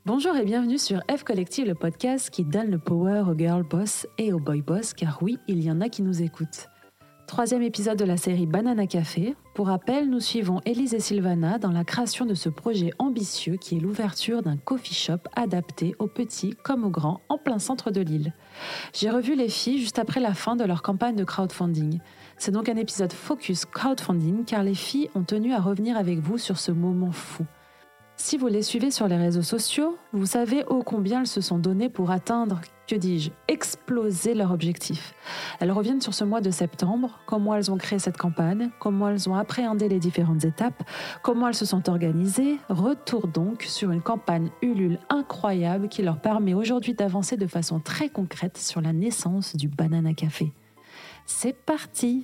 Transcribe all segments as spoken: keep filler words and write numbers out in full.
Bonjour et bienvenue sur F Collective, le podcast qui donne le power aux girl boss et aux boy boss, car oui, il y en a qui nous écoutent. Troisième épisode de la série Banana Café. Pour rappel, nous suivons Élise et Sylvana dans la création de ce projet ambitieux qui est l'ouverture d'un coffee shop adapté aux petits comme aux grands en plein centre de l'île. J'ai revu les filles juste après la fin de leur campagne de crowdfunding. C'est donc un épisode focus crowdfunding car les filles ont tenu à revenir avec vous sur ce moment fou. Si vous les suivez sur les réseaux sociaux, vous savez ô combien elles se sont données pour atteindre, que dis-je, exploser leur objectif. Elles reviennent sur ce mois de septembre, comment elles ont créé cette campagne, comment elles ont appréhendé les différentes étapes, comment elles se sont organisées. Retour donc sur une campagne Ulule incroyable qui leur permet aujourd'hui d'avancer de façon très concrète sur la naissance du Banana Café. C'est parti!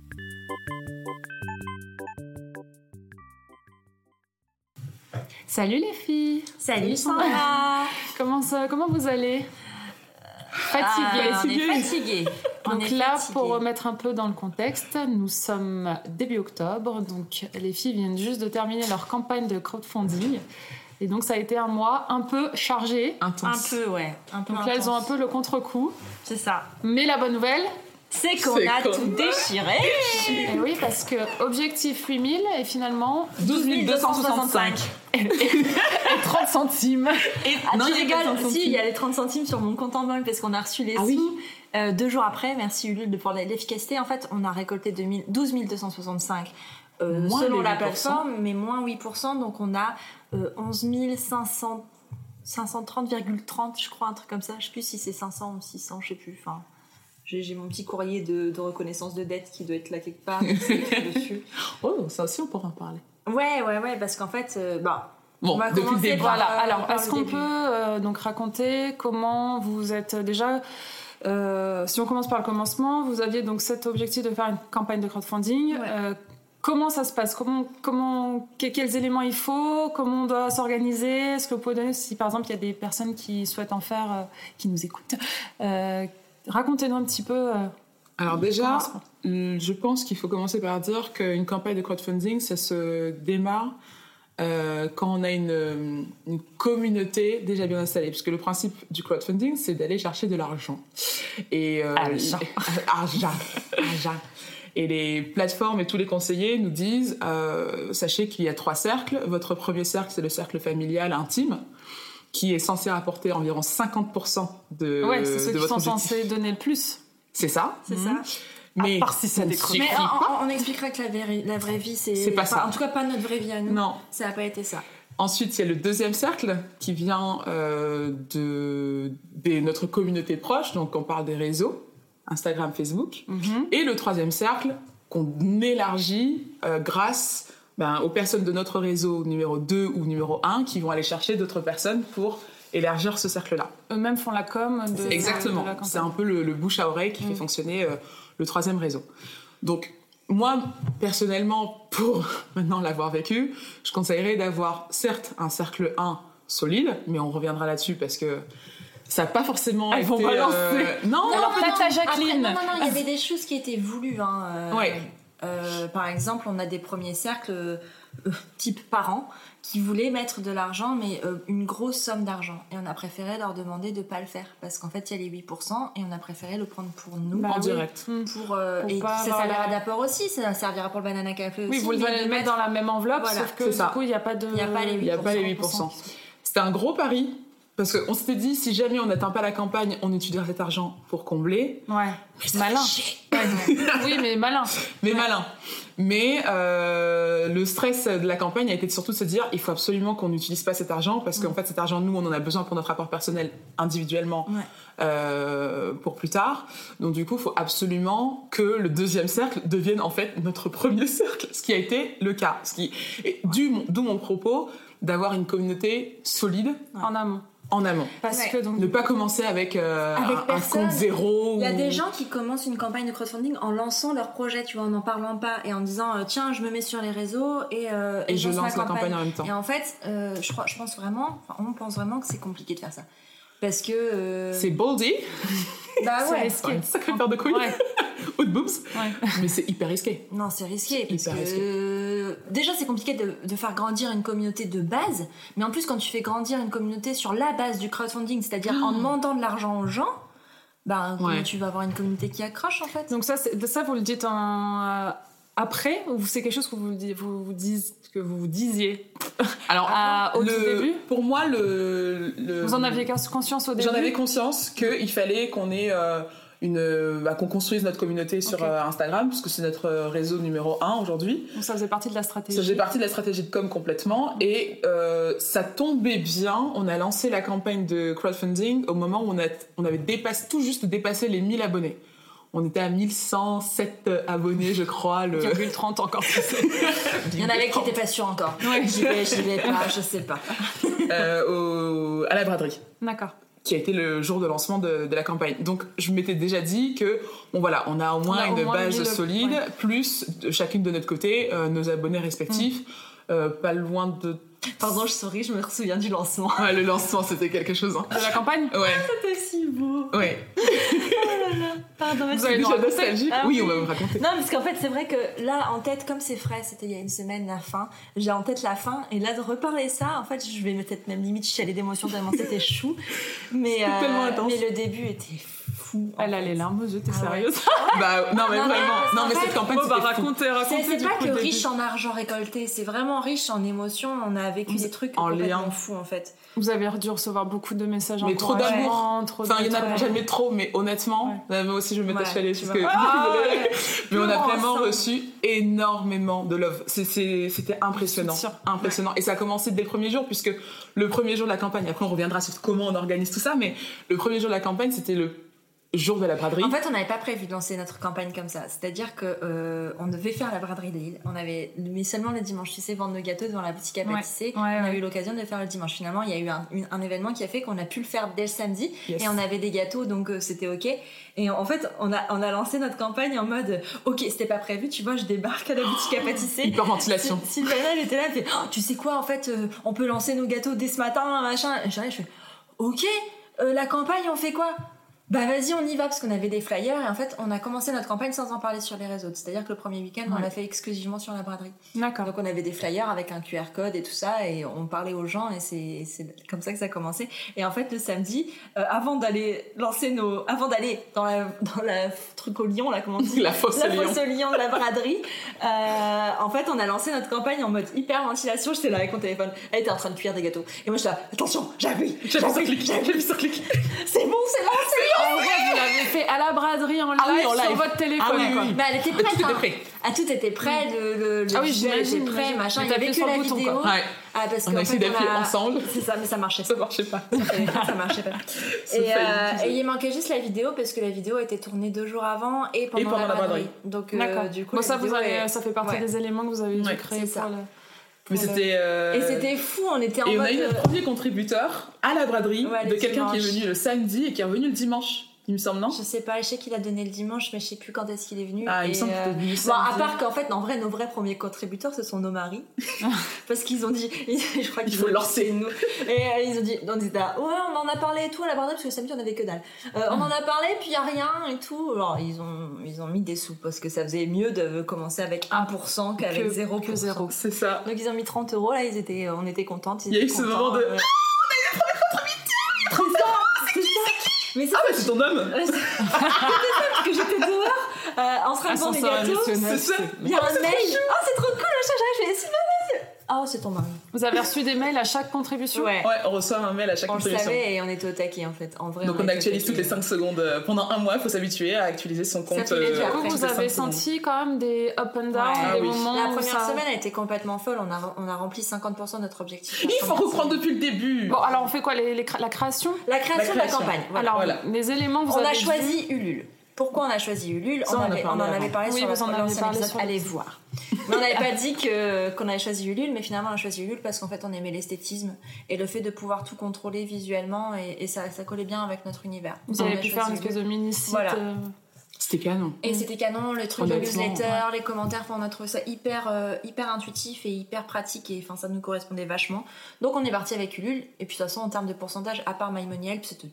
Salut les filles. Salut Sandra. Comment ça, comment vous allez? Fatiguée. Ah, on est fatiguée. Donc est là, fatiguée. pour remettre un peu dans le contexte, nous sommes début octobre, donc les filles viennent juste de terminer leur campagne de crowdfunding. Et donc ça a été un mois un peu chargé. Intense. Un peu, ouais. Un peu donc là, intense. elles ont un peu le contre-coup. C'est ça. Mais la bonne nouvelle, c'est qu'on c'est a qu'on tout a... déchiré. Et oui, parce que objectif huit mille et finalement douze mille deux cent soixante-cinq. Et trente centimes. Et, ah, non, tu il y a rigoles, si, il y a les trente centimes sur mon compte en banque parce qu'on a reçu les ah, sous oui. euh, deux jours après. Merci Ulule pour l'efficacité. En fait, on a récolté douze mille deux cent soixante-cinq euh, selon la plateforme, mais moins huit pour cent. Donc on a euh, onze mille cinq cents, cinq cent trente virgule trente, je crois, un truc comme ça. Je sais plus si c'est cinq cents ou six cents, je sais plus. Enfin, j'ai, j'ai mon petit courrier de, de reconnaissance de dette qui doit être là quelque part. dessus. Oh, ça aussi, on pourra en parler. Ouais, ouais, ouais, parce qu'en fait, euh, bah. Bon, on va depuis le début. Voilà. Par, Alors, par est-ce qu'on début. peut euh, donc raconter comment vous êtes déjà euh, si on commence par le commencement, vous aviez donc cet objectif de faire une campagne de crowdfunding. Ouais. Euh, comment ça se passe? Comment, comment, quels éléments il faut? Comment on doit s'organiser? Est-ce que vous pouvez donner, si par exemple il y a des personnes qui souhaitent en faire, euh, qui nous écoutent, euh, racontez-nous un petit peu. Euh, Alors déjà, je pense qu'il faut commencer par dire qu'une campagne de crowdfunding, ça se démarre euh, quand on a une, une communauté déjà bien installée. Parce que le principe du crowdfunding, c'est d'aller chercher de l'argent. Et, euh, argent. argent. Argent. Et les plateformes et tous les conseillers nous disent, euh, sachez qu'il y a trois cercles. Votre premier cercle, c'est le cercle familial intime, qui est censé rapporter environ cinquante pour cent de, ouais, c'est ceux de qui votre sont objectif. censés donner le plus. C'est ça. C'est Mmh. ça. Mais à part si ça décroche. Mais on, on expliquera que la vraie, la vraie vie, c'est... C'est pas enfin, ça. En tout cas, pas notre vraie vie à nous. Non. Ça n'a pas été ça. Ensuite, il y a le deuxième cercle qui vient euh, de, de notre communauté proche, donc on parle des réseaux, Instagram, Facebook. Mm-hmm. Et le troisième cercle qu'on élargit euh, grâce ben, aux personnes de notre réseau numéro deux ou numéro un qui vont aller chercher d'autres personnes pour élargir ce cercle-là. Eux-mêmes font la com de, C'est exactement. de la campagne. C'est un peu le, le bouche à oreille qui Mm. fait fonctionner euh, le troisième réseau. Donc, moi, personnellement, pour maintenant l'avoir vécu, je conseillerais d'avoir, certes, un cercle un solide, mais on reviendra là-dessus parce que ça n'a pas forcément Elles été... vont balancer. Euh... Non, Alors, non, peut-être à Jacqueline. Après, non, non, non, il y avait des choses qui étaient voulues. Hein. Euh, Ouais. euh, par exemple, on a des premiers cercles euh, type parents qui voulaient mettre de l'argent, mais euh, une grosse somme d'argent. Et on a préféré leur demander de ne pas le faire parce qu'en fait, il y a les huit pour cent et on a préféré le prendre pour nous. Bah en oui. direct. Mm. Pour, euh, Pour et pas ça avoir servira la- d'apport aussi, ça servira pour le banana café aussi. Oui, vous mais allez de le mettre dans la même enveloppe, Voilà, sauf que c'est du ça. coup, il n'y a pas de... Il n'y a pas les Il n'y a pas les huit pour cent. C'était un gros pari parce qu'on s'était dit, si jamais on n'atteint pas la campagne, on utilisera cet argent pour combler. Ouais, Mais ça malin. fait chier. Ouais. Oui, mais malin. Mais Ouais. malin. Mais euh, le stress de la campagne a été surtout de se dire il faut absolument qu'on n'utilise pas cet argent parce qu'en fait cet argent, nous, on en a besoin pour notre apport personnel individuellement Ouais. euh, pour plus tard. Donc du coup, il faut absolument que le deuxième cercle devienne en fait notre premier cercle, ce qui a été le cas. Ce qui est dû, d'où mon propos d'avoir une communauté solide En amont. en amont. Parce Ouais. que donc... Ne pas commencer avec, euh, Avec un, un personne. compte zéro. Il y a ou- des gens qui commencent une campagne de crowdfunding en lançant leur projet, tu vois, en n'en parlant pas et en disant euh, tiens, je me mets sur les réseaux et, euh, Et je lance la campagne. campagne en même temps. Et en fait, euh, je, crois, je pense vraiment, enfin, on pense vraiment que c'est compliqué de faire ça. Parce que. euh, C'est boldy, Bah c'est ouais. risqué. une sacrée paire de couilles, Ouais. ou de boobs, Ouais. mais c'est hyper risqué. Non, c'est risqué parce Hyper que risqué. euh, déjà c'est compliqué de, de faire grandir une communauté de base, mais en plus quand tu fais grandir une communauté sur la base du crowdfunding, c'est-à-dire oh. en demandant de l'argent aux gens, ben ouais. tu vas avoir une communauté qui accroche en fait. Donc ça, c'est, ça vous le dites en, euh, après ou c'est quelque chose que vous vous, vous dites que vous vous disiez alors à, au le, tout début. Pour moi, le, le vous en aviez conscience au début. J'en avais conscience qu'il fallait qu'on ait euh, une, bah, qu'on construise notre communauté sur okay. euh, Instagram, parce que c'est notre réseau numéro un aujourd'hui. Donc ça faisait partie de la stratégie. Ça faisait partie de la stratégie de com complètement, mmh. et euh, ça tombait bien. On a lancé la campagne de crowdfunding au moment où on, a, on avait dépassé, tout juste dépassé les mille abonnés. On était à mille cent sept abonnés, je crois. Le... virgule trente encore. Il y en avait qui n'étaient pas sûrs encore. Ouais. J'y vais, j'y vais pas, je sais pas. euh, au, à la braderie. D'accord. Qui a été le jour de lancement de, de la campagne. Donc, je m'étais déjà dit que, bon voilà, on a au moins a une au moins base solide, ouais. plus de, chacune de notre côté, euh, nos abonnés respectifs, mmh. euh, pas loin de... Pardon, je souris, je me souviens du lancement. Ouais, le lancement, c'était quelque chose. Hein. De la campagne ? Ouais. Ah, c'était si beau. Ouais. Oh là là. Pardon, vous avez déjà nostalgique ah, oui, oui, on va vous raconter. Non, parce qu'en fait, c'est vrai que là, en tête, comme c'est frais, c'était il y a une semaine, la fin, j'ai en tête la fin, et là, de reparler ça, en fait, je vais peut-être même limite chialer d'émotion tellement c'était chou. Mais, euh, tellement intense. Mais le début était fou. Elle a les larmes aux yeux, t'es ah, sérieuse ouais. Bah, non, mais non, vraiment. Mais, non, mais cette campagne, oh, bah, racontez, racontez. C'est, c'est pas que riche en argent récolté, c'est vraiment riche en émotions. On a vécu des trucs en complètement lien. fous, en fait. Vous avez dû recevoir beaucoup de messages mais trop d'amour. Trop enfin, il y en a jamais trop, mais honnêtement, ouais. moi aussi je me mettais chialer parce que. Ah, ouais. Mais on a vraiment reçu énormément de love. C'est, c'est, c'était impressionnant, impressionnant. Ouais. Et ça a commencé dès le premier jour, puisque le premier jour de la campagne. Après, on reviendra sur comment on organise tout ça, mais le premier jour de la campagne, c'était le jour de la braderie. En fait, on n'avait pas prévu de lancer notre campagne comme ça. C'est-à-dire que euh, on devait faire la braderie de Lille. On avait, mais seulement le dimanche. Tu sais, vendre nos gâteaux devant la boutique à pâtisser. Ouais, ouais, on a ouais. eu l'occasion de le faire le dimanche. Finalement, il y a eu un, une, un événement qui a fait qu'on a pu le faire dès le samedi. Yes. Et on avait des gâteaux, donc euh, c'était ok. Et en fait, on a on a lancé notre campagne en mode ok, c'était pas prévu. Tu vois, je débarque à la boutique à pâtisser. Hyperventilation. Sylvana, elle était là, elle fait oh, tu sais quoi, en fait, euh, on peut lancer nos gâteaux dès ce matin, machin. Et j'arrive, je fais ok, euh, la campagne, on fait quoi? Bah vas-y, on y va, parce qu'on avait des flyers, et en fait on a commencé notre campagne sans en parler sur les réseaux. C'est-à-dire que le premier week-end ouais. on l'a fait exclusivement sur la braderie. D'accord. Donc on avait des flyers avec un Q R code et tout ça, et on parlait aux gens, et c'est, c'est comme ça que ça a commencé. Et en fait le samedi, euh, avant d'aller lancer nos, avant d'aller dans la dans la truc au lion là, comment on dit, la fosse la au lion, fosse au lion de la braderie, euh, en fait on a lancé notre campagne en mode hyperventilation. J'étais là avec mon téléphone, elle était en train de cuire des gâteaux, et moi j'étais là, attention, j'appuie, j'appuie, j'appuie sur clic, c'est bon, c'est lancé. En vrai, vous l'avez fait à la braderie en live, ah oui, en live. Sur votre téléphone. Ah oui, oui, oui. Mais elle était prête. Tout était prêt. Ah, tout était prêt. Mm. Le, le, le ah oui, j'imagine, était prêt, machin. Il y avait que la bouton, vidéo. Ouais. Ah, parce on a essayé d'appuyer a... ensemble. C'est ça, mais ça marchait. Ça marchait pas. Ça, ça marchait pas. et, euh, et il manquait juste la vidéo, parce que la vidéo a été tournée deux jours avant et pendant, et pendant la, la braderie. Donc, euh, du coup, bon, ça, vous avez, est... ça fait partie ouais. des éléments que vous avez dû ouais, créer pour ça. le... Mais c'était euh... et c'était fou, on était en et mode... on a eu notre premier contributeur à la braderie ouais, de quelqu'un dimanche. Qui est venu le samedi et qui est revenu le dimanche. Il me semble, non? Je sais pas, je sais qu'il a donné le dimanche, mais je sais plus quand est-ce qu'il est venu. Ah, il me semble euh... qu'il est venu bon, à part qu'en fait, en vrai, nos vrais premiers contributeurs, ce sont nos maris. Parce qu'ils ont dit, je crois qu'il faut lancer nous. Et euh, ils ont dit, on dit, ouais, on en a parlé et tout à la braderie, parce que le samedi, on avait que dalle. Euh, on en a parlé, puis il y a rien et tout. Alors, ils ont, ils ont mis des sous, parce que ça faisait mieux de commencer avec un pour cent qu'avec que, zéro pour cent. Que zéro. C'est ça. Donc, ils ont mis trente euros, là, ils étaient, on était contentes. Il y a eu ce moment de, euh... Mais c'est ah ouais, c'est ton homme. C'était ça, parce que j'étais dehors euh, en train de vendre des gâteaux. C'est ça. Il y a un mail. Oh, c'est trop cool, le chat. J'arrive, je fais Sylvana. Oh, c'est ton mari. Vous avez reçu des mails à chaque contribution? Ouais. Ouais, on reçoit un mail à chaque on contribution. On le savait et on était au taquet en fait. En vrai, donc on, on actualise toutes les cinq secondes. Pendant un mois, il faut s'habituer à actualiser son compte. Euh, après, vous avez senti quand même des up and down, ouais. ah, des oui. moments. La première ça... semaine a été complètement folle. On a, on a rempli cinquante pour cent de notre objectif. Il faut reprendre depuis le début. Bon, alors on fait quoi les, les, La création La création de la campagne. Voilà. Alors, voilà. les éléments que vous on avez a choisi vu... Ulule. Pourquoi on a choisi Ulule? Ça, on, on, avait, on en avait parlé oui, sur vous en avez parlé sur allez voir. Mais on n'avait pas dit que, qu'on avait choisi Ulule, mais finalement on a choisi Ulule parce qu'en fait on aimait l'esthétisme et le fait de pouvoir tout contrôler visuellement, et, et ça, ça collait bien avec notre univers. Vous avez pu faire une espèce de mini-site. Voilà. Euh... C'était canon. Et mmh. c'était canon, le truc de newsletter, ouais. les commentaires, on a trouvé ça hyper, euh, hyper intuitif et hyper pratique, et ça nous correspondait vachement. Donc on est parti avec Ulule, et puis de toute façon en termes de pourcentage, à part My Money Help, c'était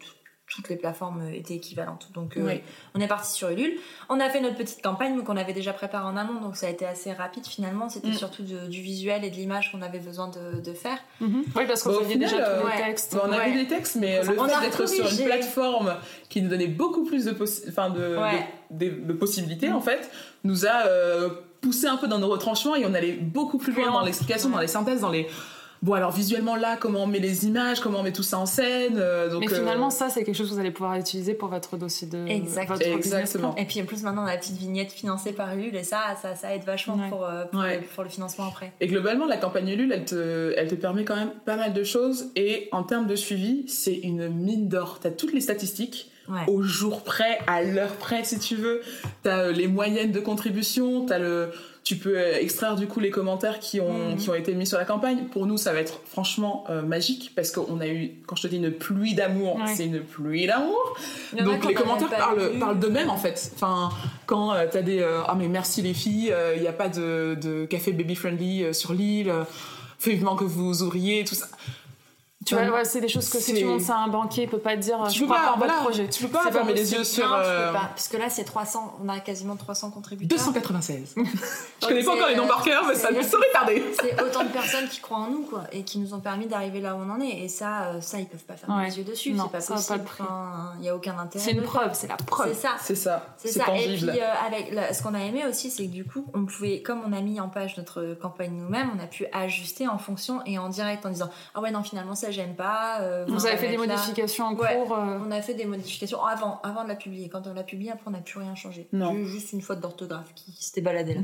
toutes les plateformes étaient équivalentes. Donc, euh, oui. on est parti sur Ulule. On a fait notre petite campagne qu'on avait déjà préparée en amont, donc ça a été assez rapide finalement. C'était mm. surtout de, du visuel et de l'image qu'on avait besoin de, de faire. Mm-hmm. Oui, parce qu'on bon, avait déjà euh, tous ouais. les textes. Bon, on avait ouais. des textes, mais on le fait d'être corrigé. Sur une plateforme qui nous donnait beaucoup plus de, possi- enfin de, ouais. de, de, de possibilités, mm. en fait, nous a euh, poussé un peu dans nos retranchements et on allait beaucoup plus loin dans l'explication, ouais. dans les synthèses, dans les... Bon, alors visuellement, là, comment on met les images, comment on met tout ça en scène. Euh, donc, mais finalement, euh... ça, c'est quelque chose que vous allez pouvoir utiliser pour votre dossier de... Exactement. Votre Exactement. Et puis, en plus, maintenant, on a la petite vignette financée par Ulule et ça, ça, ça aide vachement ouais. pour, euh, pour, ouais. le, pour le financement après. Et globalement, la campagne Ulule, elle te, elle te permet quand même pas mal de choses. Et en termes de suivi, c'est une mine d'or. T'as toutes les statistiques. Ouais. Au jour près, à l'heure près, si tu veux. T'as les moyennes de contribution, t'as le... Tu peux extraire du coup les commentaires qui ont, mmh. qui ont été mis sur la campagne. Pour nous, ça va être franchement euh, magique parce qu'on a eu, quand je te dis une pluie d'amour, ouais. c'est une pluie d'amour. Donc les commentaires parlent, parlent d'eux-mêmes en fait. Enfin, quand euh, t'as des euh, ah mais merci les filles, il euh, n'y a pas de, de café baby friendly euh, sur l'île, euh, vivement que vous ouvriez, tout ça. Tu vois, ouais, c'est des choses que c'est... si tu montes ça à un banquier, il peut pas te dire tu je peux crois pas, pas voilà, votre projet. Tu peux pas fermer les yeux sur. Non, euh... tu peux pas. Parce que là, c'est trois cents, on a quasiment trois cents contributeurs. deux cent quatre-vingt-seize. Je connais pas encore les noms par cœur, mais ça me saurait tarder. C'est autant de personnes qui croient en nous, quoi, et qui nous ont permis d'arriver là où on en est. Et ça, ça ils peuvent pas fermer ouais. les yeux dessus. Non, c'est pas ça possible. Pas enfin, il y a aucun intérêt. C'est une preuve, c'est la preuve. C'est ça. C'est ça. C'est, c'est ça. tangible. Et puis, euh, avec la, ce qu'on a aimé aussi, c'est que du coup, on pouvait, comme on a mis en page notre campagne nous-mêmes, on a pu ajuster en fonction et en direct en disant ah ouais non finalement ça j'aime pas. Euh, vous avez fait des modifications en cours ouais, euh... on a fait des modifications avant, avant de la publier. Quand on l'a publiée, après on n'a plus rien changé. Non. J'ai eu juste une faute d'orthographe qui, qui s'était baladée là.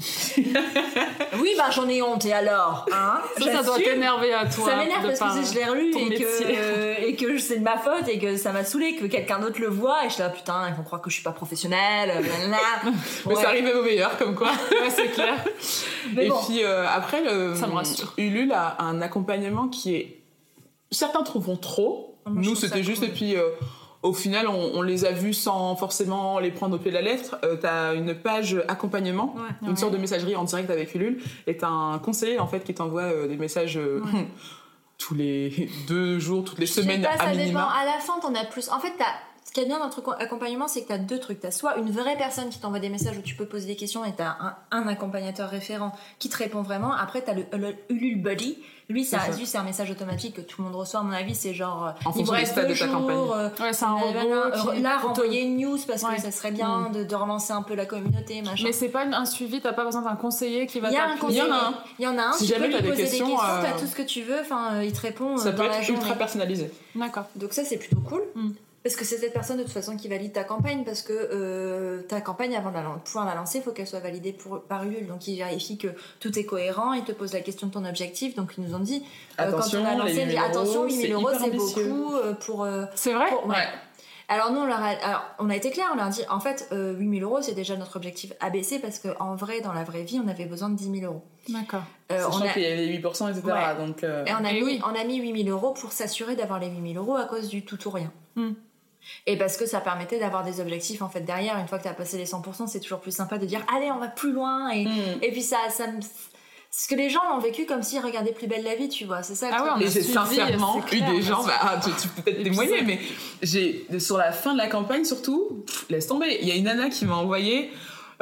Oui, bah j'en ai honte et alors hein ça, ça doit t'énerver à toi. Ça m'énerve parce par que je l'ai relu et que, euh, et que c'est de ma faute et que ça m'a saoulé que quelqu'un d'autre le voit et je suis là putain, ils vont croire que je suis pas professionnelle. Mais ouais. ça arrivait au meilleur comme quoi. Ouais, c'est clair. Mais et bon. puis euh, après, le, ça me rassure. Ulule a un accompagnement qui est. Certains trouveront trop. Moi, nous c'était juste cool. Et puis euh, au final on, on les a vus sans forcément les prendre au pied de la lettre. Euh, t'as une page accompagnement, ouais, une ouais. sorte de messagerie en direct avec Ulule et t'as un conseiller en fait qui t'envoie euh, des messages euh, ouais. tous les deux jours, toutes les je semaines sais pas, à ça minima. Dépend. À la fin t'en as plus. En fait t'as ce qu'il y a bien dans notre accompagnement, c'est que tu as deux trucs. Tu as soit une vraie personne qui t'envoie des messages où tu peux poser des questions et tu as un, un accompagnateur référent qui te répond vraiment. Après, tu as le, le Ulule Buddy. Lui, ça, c'est, c'est un message automatique que tout le monde reçoit. À mon avis, c'est genre... En fonction des stades de ta campagne. Euh, ouais, c'est un robot qui... Là, renvoyer une news parce ouais. que ça serait bien mmh. de, de relancer un peu la communauté, machin. Mais c'est pas un suivi, t'as pas besoin d'un conseiller qui va t'appuyer. Il y en a un. Il y en a un. Si tu jamais peux t'as lui des poser questions, des questions, euh... t'as tout ce que tu veux. Enfin, il te répond ça dans peut la être journée. ultra personnalisé. D'accord. Donc ça, c'est plutôt cool. Mmh. Parce que c'est cette personne de toute façon qui valide ta campagne parce que euh, ta campagne avant de la, pouvoir la lancer il faut qu'elle soit validée pour, par Ulule, donc il vérifie que tout est cohérent, il te pose la question de ton objectif, donc ils nous ont dit euh, quand on a lancé dit, attention huit mille euros c'est, c'est beaucoup euh, pour euh, c'est vrai pour, ouais. ouais. Alors nous on, leur a, alors, on a été clair, on leur a dit en fait euh, huit mille euros c'est déjà notre objectif A B C parce qu'en vrai dans la vraie vie on avait besoin de dix mille euros. D'accord. Euh, Sachant on a... qu'il y avait huit pour cent et cetera. Ouais. Donc, euh... et on a, et mis, oui. on a mis huit mille euros pour s'assurer d'avoir les huit mille euros à cause du tout ou rien. Mm. Et parce que ça permettait d'avoir des objectifs en fait derrière. Une fois que tu as passé les cent pour cent, c'est toujours plus sympa de dire allez on va plus loin et, mmh. et puis ça, ça me... Parce que les gens l'ont vécu comme s'ils regardaient Plus belle la vie, tu vois, c'est ça. Ah ouais, et j'ai sincèrement eu des gens, bah, tu, tu peux peut-être témoigner, mais j'ai sur la fin de la campagne surtout, pff, laisse tomber. Il y a une nana qui m'a envoyé,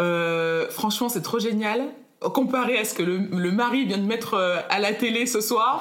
euh, franchement c'est trop génial. Comparé à ce que le, le mari vient de mettre à la télé ce soir,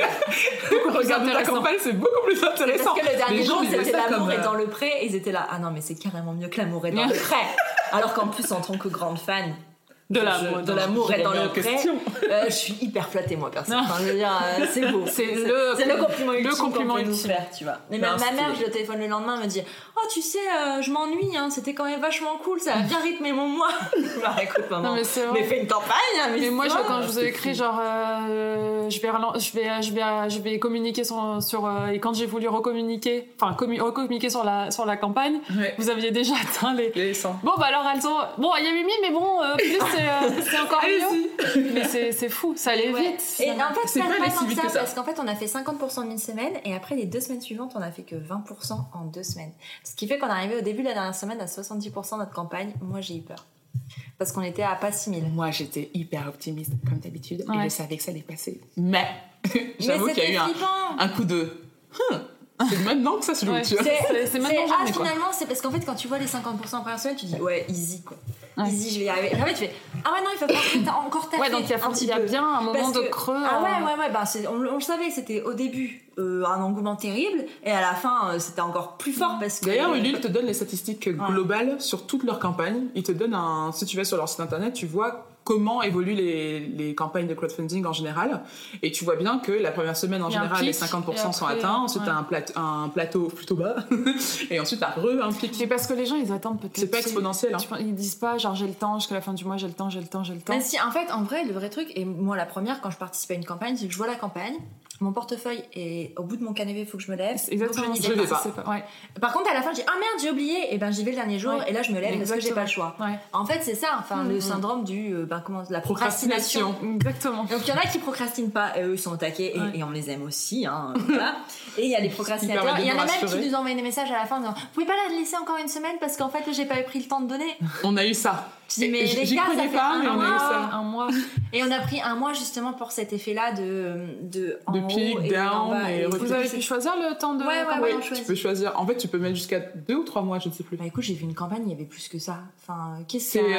regarder la campagne, c'est beaucoup plus intéressant. Parce que le dernier jour, c'était L'amour comme... est dans le pré, et ils étaient là. Ah non, mais c'est carrément mieux que L'amour est dans le pré. Alors qu'en plus, en tant que grande fan de l'amour, je, de l'amour est dans le pré, euh, je suis hyper flattée moi personnellement. Enfin, je veux dire, euh, c'est beau. C'est, c'est, le, c'est le compliment ultime le compliment qu'on peut nous faire, tu vois. Mais même ma mère, je le téléphone le lendemain, elle me dit oh tu sais, euh, je m'ennuie, hein, c'était quand même vachement cool, ça a bien rythmé mon mois. Bah écoute maman, non, mais, c'est vrai. mais fais une campagne. Hein, mais mais moi, je, quand je vous ai écrit genre, euh, je vais, je vais, je vais, je vais communiquer sur, sur euh, et quand j'ai voulu recommuniquer, enfin commu- recommuniquer sur la, sur la campagne, ouais. Vous aviez déjà atteint les. les cent. Bon bah alors elles ont, bon il y a huit mille, mais bon euh, plus c'est, euh, c'est encore mieux. Mais c'est, c'est fou, ça allait ouais. vite. Et en fait, c'est pas, pas, pas tant que ça, que ça, parce qu'en fait, on a fait cinquante pour cent en une semaine, et après les deux semaines suivantes, on a fait que vingt pour cent en deux semaines. Ce qui fait qu'on est arrivé au début de la dernière semaine à soixante-dix pour cent de notre campagne. Moi, j'ai eu peur. Parce qu'on était à pas six mille. Moi, j'étais hyper optimiste, comme d'habitude, ouais. et je savais que ça allait passer. Mais, j'avoue Mais qu'il y a eu un, un, un coup de... Hum, C'est maintenant que ça se joue, ouais. tu vois. C'est, c'est, c'est maintenant c'est, jamais, ah, quoi. finalement, c'est parce qu'en fait, quand tu vois les cinquante pour cent en première semaine, tu dis, ouais, easy, quoi. Ouais. Easy, je vais y arriver. Et en fait, tu fais, ah ouais, non, il faut pas encore taper. Ouais, donc il y a, il y a bien un moment parce de que, creux. Ah euh... ouais, ouais, ouais, bah, c'est, on, on le savait, c'était au début euh, un engouement terrible, et à la fin, euh, c'était encore plus fort parce que. D'ailleurs, Ulule te donne les statistiques globales ouais. sur toute leur campagne. Il te donne un. Si tu vas sur leur site internet, tu vois comment évoluent les, les campagnes de crowdfunding en général. Et tu vois bien que la première semaine, en général, pic, les cinquante pour cent après, sont atteints. Ensuite, ouais. tu as un, plate, un plateau plutôt bas. Et ensuite, tu as re un pic. Mais parce que les gens, ils attendent peut-être. C'est pas exponentiel. Hein. Ils disent pas, genre, j'ai le temps, jusqu'à la fin du mois, j'ai le temps, j'ai le temps, j'ai le temps. Mais si, en fait, en vrai, le vrai truc, et moi, la première, quand je participe à une campagne, c'est que je vois la campagne. Mon portefeuille est au bout de mon canapé, il faut que je me lève. Exactement, donc je n'y vais pas. pas. Ouais. Par contre, à la fin, je dis ah merde, j'ai oublié. Et ben j'y vais le dernier jour ouais. et là je me lève Exactement. parce que j'ai pas le choix. Ouais. En fait, c'est ça, enfin mmh. le syndrome du euh, ben, comment la procrastination. procrastination. Exactement. Donc il y en a qui procrastinent pas, et eux ils sont au taquet et, ouais. et on les aime aussi. Hein, voilà. Et il y a les procrastinateurs. Il y en a même qui nous envoient des messages à la fin en disant vous pouvez pas la laisser encore une semaine parce qu'en fait j'ai pas pris le temps de donner. On a eu ça. Je dis, mais les J'y gars, connais ça pas, fait mais un on mois, a eu ça. Un mois. Et on a pris un mois justement pour cet effet-là de de en de pic, haut et down en bas. et, Et vous avez pu choisir le temps de. Ouais, ouais, oui, ouais, tu peux choisir. En fait, tu peux mettre jusqu'à deux ou trois mois, je ne sais plus. Bah écoute, j'ai vu une campagne, il y avait plus que ça. Enfin, qu'est-ce que c'est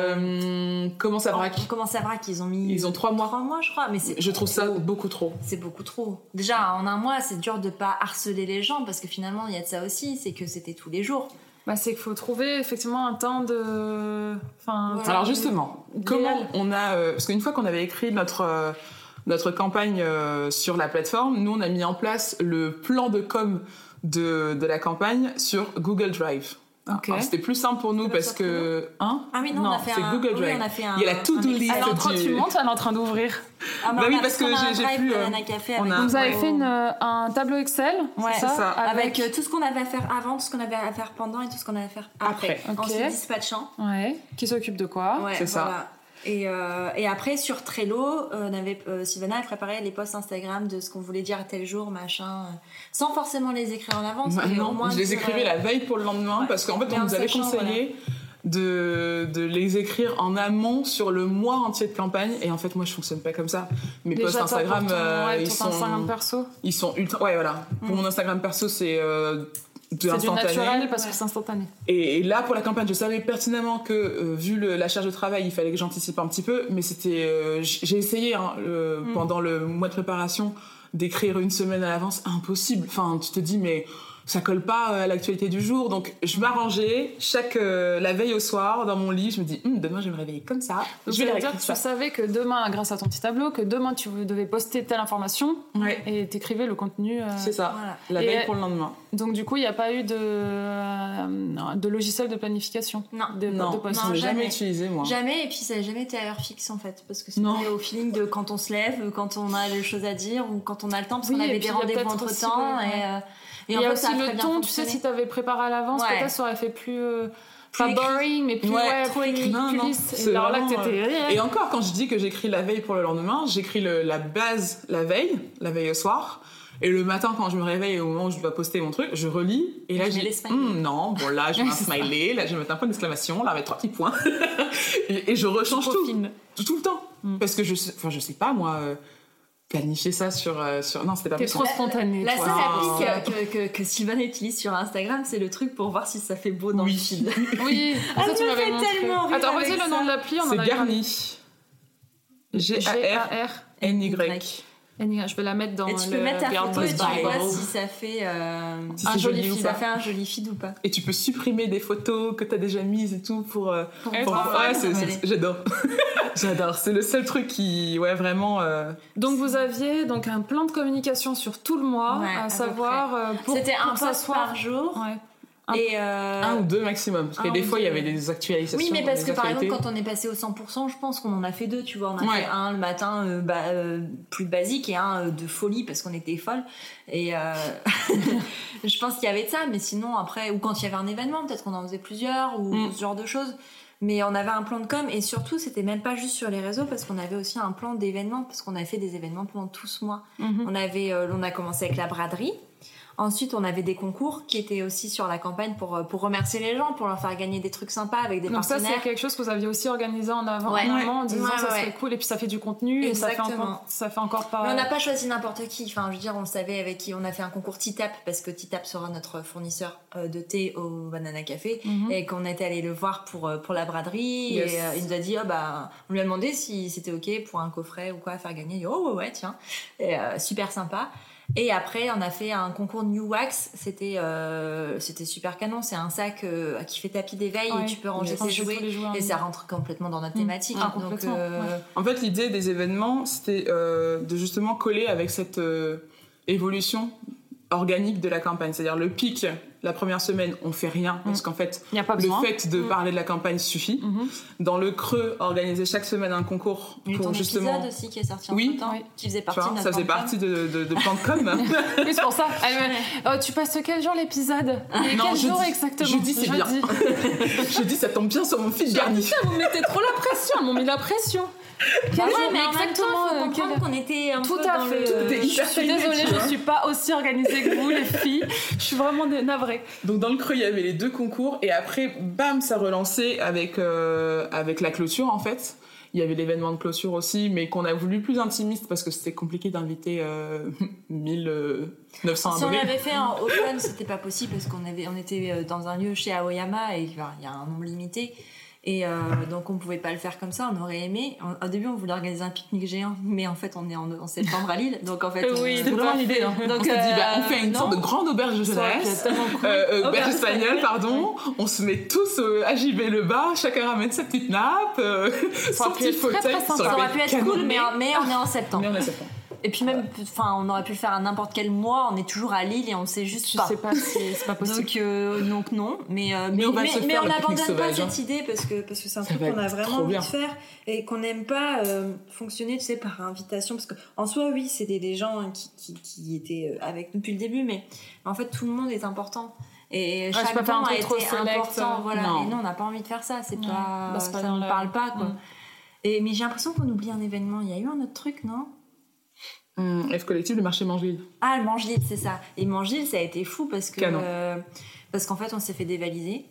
euh, comment ça braque Comment ça braque Ils ont mis. Ils ont trois mois. Trois mois, je crois. Mais c'est. Je trouve ça beaucoup trop. C'est beaucoup trop. Déjà, en un mois, c'est dur de pas harceler les gens parce que finalement, il y a de ça aussi, c'est que c'était tous les jours. Bah, c'est qu'il faut trouver effectivement un temps de. Enfin. Voilà. Alors justement, de... comment on a euh, parce qu'une fois qu'on avait écrit notre euh, notre campagne euh, sur la plateforme, nous on a mis en place le plan de com de de la campagne sur Google Drive. Okay. Alors, c'était plus simple pour nous c'est parce que hein ah oui non, non on a fait c'est un... Google Drive. Oui, on a fait un... il y a la to-do list. Elle est en train, du... tu montes, elle est en train d'ouvrir. Ah bah, bah oui parce que j'ai, j'ai plus. Euh, on a... Vous avez fait une, un tableau Excel, ouais, c'est ça, ça avec... avec tout ce qu'on avait à faire avant, tout ce qu'on avait à faire pendant et tout ce qu'on avait à faire après. après. Okay. En se dispatchant. Ouais. Qui s'occupe de quoi ouais, c'est voilà. ça. Et, euh, et après sur Trello, euh, on avait, euh, Sylvana a préparé les posts Instagram de ce qu'on voulait dire à tel jour, machin, euh, sans forcément les écrire en avance. Bah, mais non, au moins je les écrivais euh... la veille pour le lendemain ouais. parce qu'en fait on nous avait conseillé voilà. de, de les écrire en amont sur le mois entier de campagne et en fait moi je fonctionne pas comme ça. Mes Déjà, posts Instagram, ton, euh, ouais, ils, sont, Instagram perso. ils sont ultra. Ouais voilà. Mm. Pour mon Instagram perso c'est. Euh, De c'est instantané. du naturel parce ouais. que c'est instantané. Et, et là, pour la campagne, je savais pertinemment que, euh, vu le, la charge de travail, il fallait que j'anticipe un petit peu, mais c'était... Euh, j'ai essayé, hein, le, mm. pendant le mois de préparation, d'écrire une semaine à l'avance, impossible. Enfin, tu te dis, mais ça colle pas à l'actualité du jour. Donc, je m'arrangeais chaque, euh, la veille au soir, dans mon lit, je me dis, hm, demain, je vais me réveiller comme ça. Donc, je vais dire que tu savais que demain, grâce à ton petit tableau, que demain, tu devais poster telle information ouais. et t'écrivais le contenu. Euh... C'est ça, voilà. La veille et pour le lendemain. Donc, du coup, il n'y a pas eu de, euh, de logiciel de planification non. de, non. de post. Non, je l'ai jamais utilisé, moi. Jamais, et puis ça n'a jamais été à heure fixe, en fait, parce que c'était au feeling de quand on se lève, quand on a des choses à dire, ou quand on a le temps, parce oui, qu'on avait des rendez-vous entre-temps, aussi, et... Euh, Et il y a aussi le ton, tu sais, si t'avais préparé à l'avance, ouais. peut-être ça aurait fait plus... Euh, plus pas boring, mais plus, ouais, ouais, trop plus, écrit. Non, plus non, lisse. Et alors là, que t'étais... Euh... Et encore, quand je dis que j'écris la veille pour le lendemain, j'écris le, la base la veille, la veille au soir. Et le matin, quand je me réveille, au moment où je dois poster mon truc, je relis. Et là, je dis, hm, non, bon, là, je mets un smiley, là, je vais mettre un point d'exclamation, là, je vais mettre trois petits points. et, et je rechange tout. Tout, tout le temps. Mm. Parce que je sais, enfin, je sais pas, moi... Euh, planifier ça sur, euh, sur... Non, c'était pas T'es possible. trop spontané. La, la seule appli que, que, que, que Sylvana utilise sur Instagram, c'est le truc pour voir si ça fait beau dans oui. le feed. Oui, ah, ça tu m'avais montré. Attends, redis le nom de l'appli. C'est Garni. G A R N Y. Je vais la mettre dans et tu le peux mettre ta photo et tu vois Bible. si ça fait euh, si un joli joli feed, ça fait un joli feed ou pas. Et tu peux supprimer des photos que t'as déjà mises et tout pour. Euh, pour, pour ouais, c'est, c'est, j'adore. J'adore. C'est le seul truc qui, ouais, vraiment. Euh... Donc vous aviez donc un plan de communication sur tout le mois, ouais, à, à savoir euh, pour c'était pour un post par jour. Ouais. Un, et euh... un ou deux maximum, parce que des fois il y avait des actualisations. Oui, mais parce que par exemple quand on est passé au cent pour cent, je pense qu'on en a fait deux, tu vois, on a ouais. fait un le matin euh, bah, euh, plus basique et un euh, de folie parce qu'on était folles. Et euh... je pense qu'il y avait de ça, mais sinon après, ou quand il y avait un événement, peut-être qu'on en faisait plusieurs ou mm. ce genre de choses. Mais on avait un plan de com et surtout c'était même pas juste sur les réseaux parce qu'on avait aussi un plan d'événements parce qu'on avait fait des événements pendant tout ce mois. Mm-hmm. On avait, euh, on a commencé avec la braderie. Ensuite, on avait des concours qui étaient aussi sur la campagne pour, pour remercier les gens, pour leur faire gagner des trucs sympas avec des Donc partenaires. Donc ça, c'est quelque chose que vous aviez aussi organisé en avant, ouais. en amont, en disant ouais, ça ouais. serait cool, et puis ça fait du contenu, et ça fait, encore, ça fait encore pas... Mais on n'a pas choisi n'importe qui, enfin, je veux dire, on savait avec qui on a fait un concours T-Tap, parce que T-Tap sera notre fournisseur de thé au Banana Café, mm-hmm. et qu'on était allé le voir pour, pour la braderie, yes. et euh, il nous a dit, oh, bah, on lui a demandé si c'était ok pour un coffret ou quoi à faire gagner, il dit, oh ouais, ouais tiens, et, euh, super sympa. Et après, on a fait un concours New Wax. C'était, euh, c'était super canon. C'est un sac euh, qui fait tapis d'éveil ouais, et tu peux ranger tes jouets. jouets et ça rentre complètement dans notre mmh. thématique. Ah, donc, euh... ouais. En fait, l'idée des événements, c'était euh, de justement coller avec cette euh, évolution organique de la campagne. C'est-à-dire le pic, la première semaine, on fait rien parce mmh. qu'en fait, y a pas le besoin. fait de mmh. parler de la campagne suffit. Mmh. Dans le creux, organiser chaque semaine un concours il y a pour ton justement. épisode aussi qui est sorti en oui. temps, oui. qui faisait partie enfin, de notre ça faisait partie de, de, de plan de com. Oui, c'est pour ça. Euh, tu passes quel jour l'épisode? Et non, quel jeudi. jour exactement? Jeudi, c'est bien. Jeudi, ça tombe bien sur mon fil garni. Ça, vous mettez trop la pression. Ils m'ont mis la pression. Bah ouais, mais exactement, faut comprendre quel... qu'on était un tout peu à dans fait. le... Je suis désolée, je suis pas aussi organisée que vous, les filles. Je suis vraiment navrée. Donc dans le creux, il y avait les deux concours et après, bam, ça relançait avec euh, avec la clôture en fait. Il y avait l'événement de clôture aussi, mais qu'on a voulu plus intimiste parce que c'était compliqué d'inviter euh, mille neuf cents si abonnés. Si on l'avait fait en open, c'était pas possible parce qu'on avait, on était dans un lieu chez Aoyama et il y a un nombre limité. Et euh, donc on pouvait pas le faire comme ça, on aurait aimé. Au début on voulait organiser un pique-nique géant, mais en fait on est en, en septembre à Lille, donc en fait euh, oui, c'est vraiment l'idée. Hein. Donc on s'est dit bah, on fait une non. sorte de grande auberge de jeunesse, cool. euh, auberge espagnole pardon. Ouais. On se met tous euh, à gibber le bas, chacun ramène sa petite nappe, euh, son petit fauteuil. Très, très ça, ça aurait pu être cool, mais, mais on est en septembre. Mais on est en septembre. Et puis même, enfin, on aurait pu le faire à n'importe quel mois. On est toujours à Lille et on sait juste je pas. Je sais pas si c'est pas possible. Donc, euh, donc non. Mais euh, mais, mais, mais, mais on n'abandonne pas cette idée parce que parce que c'est un ça truc qu'on a vraiment envie de faire et qu'on n'aime pas euh, fonctionner, tu sais, par invitation. Parce que en soi, oui, c'était des gens qui qui, qui étaient avec nous depuis le début, mais en fait, tout le monde est important. Et chaque ouais, banc a été select, important. euh, Voilà. non. Et nous, on n'a pas envie de faire ça. C'est non. pas, bah, c'est pas ça ne parle pas, quoi. Mm. Et mais j'ai l'impression qu'on oublie un événement. Il y a eu un autre truc, non? Mmh, F Collectif, le marché Mangeville. Ah, le Mangeville, c'est ça. Et Mangeville, ça a été fou parce que euh, parce qu'en fait, on s'est fait dévaliser.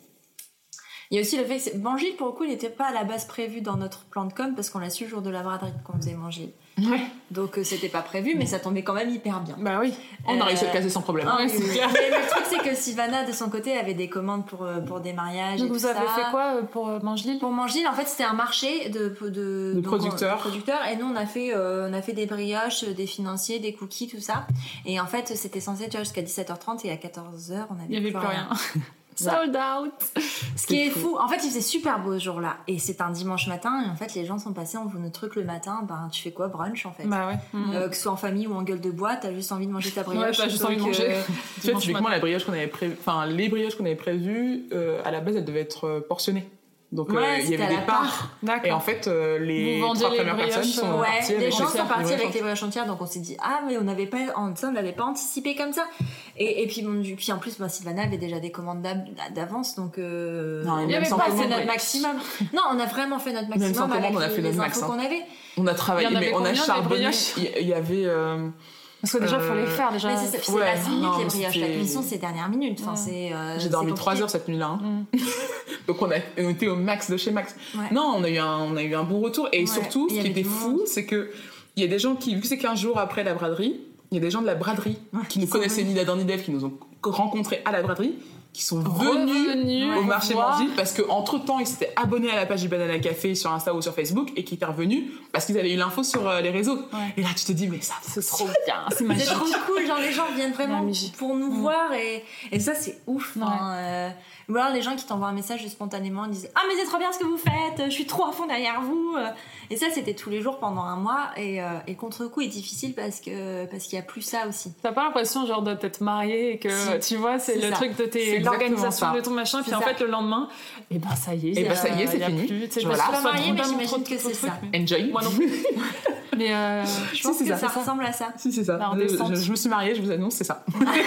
Il y a aussi le fait que Mangeville, pour le coup, il n'était pas à la base prévu dans notre plan de com parce qu'on l'a su le jour de la braderie qu'on faisait Mangeville. Ouais. Donc euh, c'était pas prévu, mais ça tombait quand même hyper bien. Bah oui. On euh, a réussi à le caser sans problème. Ah, ouais, c'est clair. Mais le truc, c'est que Sylvana, de son côté, avait des commandes pour donc des mariages. Donc et vous tout avez ça. fait quoi pour Mangeville? Pour Mangeville, en fait, c'était un marché de de, de, donc, producteurs. de producteurs. Et nous, on a fait euh, on a fait des brioches, des financiers, des cookies, tout ça. Et en fait, c'était censé être jusqu'à dix-sept heures trente et à quatorze heures, on avait. Il y avait plus rien. rien. Sold out. Ce qui est fou. En fait, il faisait super beau ce jour-là. Et c'est un dimanche matin. Et en fait, les gens sont passés, on veut notre truc le matin. Ben, tu fais quoi? Brunch, en fait. Bah ouais. Mmh. Euh, que ce soit en famille ou en gueule de bois, t'as juste envie de manger ta brioche. Ouais, t'as juste envie de manger. Euh, tu sais, typiquement, la brioche qu'on avait prévu, enfin, les brioches qu'on avait prévues, euh, à la base, elles devaient être portionnées. Donc, ouais, euh, il y avait des parts. Part. Et en fait, euh, les trois premières brioches, personnes sont ouais, parties les avec gens les sont partis avec brioches. les brioches entières. Donc, on s'est dit, ah, mais on n'avait pas, on l'avait pas anticipé comme ça. Et, et puis, bon, puis, en plus, bah, Sylvana avait déjà des commandes d'avance. Donc, euh, non, il y avait pas, c'est notre maximum. Non, on a vraiment fait notre maximum. Même sans commande, on a fait notre max. qu'on avait. On a travaillé, mais on a charbonné. Il y avait, parce que déjà, il euh... faut les faire. Déjà. Mais c'est, c'est ouais, la minute, non, les brioches. La cuisson, c'est dernière minute. Enfin, ouais. c'est, euh, J'ai dormi trois heures cette nuit-là. Hein. Mm. Donc, on, a, on était au max de chez Max. Ouais. Non, on a, eu un, on a eu un bon retour. Et ouais. surtout, ce qui était fou, c'est qu'il y a des gens qui, vu que c'est quinze jours après la braderie, il y a des gens de la braderie ouais, qui nous connaissaient ni d'Adam ni d'Ève, qui nous ont rencontrés à la braderie, qui sont venus, venus au marché Mangeville parce qu'entre temps ils s'étaient abonnés à la page du Banana Café sur Insta ou sur Facebook et qui étaient revenus parce qu'ils avaient eu l'info sur euh, les réseaux. Ouais. Et là tu te dis mais ça c'est trop bien, c'est magique. C'est trop cool, genre les gens viennent vraiment pour nous mmh. voir et, et ça c'est ouf. Ouais. Hein, euh, ou alors les gens qui t'envoient un message spontanément ils disent ah mais c'est trop bien ce que vous faites, je suis trop à fond derrière vous. Et ça c'était tous les jours pendant un mois et, euh, et contre-coup est difficile parce que parce qu'il y a plus ça aussi. T'as pas l'impression genre de t'être mariée et que si. tu vois c'est, c'est le ça. Truc de tes l'organisation de ton machin puis c'est en ça. Fait le lendemain et eh ben ça y est et ben ça y est c'est fini. Plus, je voilà. suis pas mariée mais j'imagine que c'est ça. Enjoy. Moi non plus. Mais euh, je pense si, que ça, ça ressemble à ça. Si c'est ça. Alors, je, je, je me suis mariée, je vous annonce, c'est ça.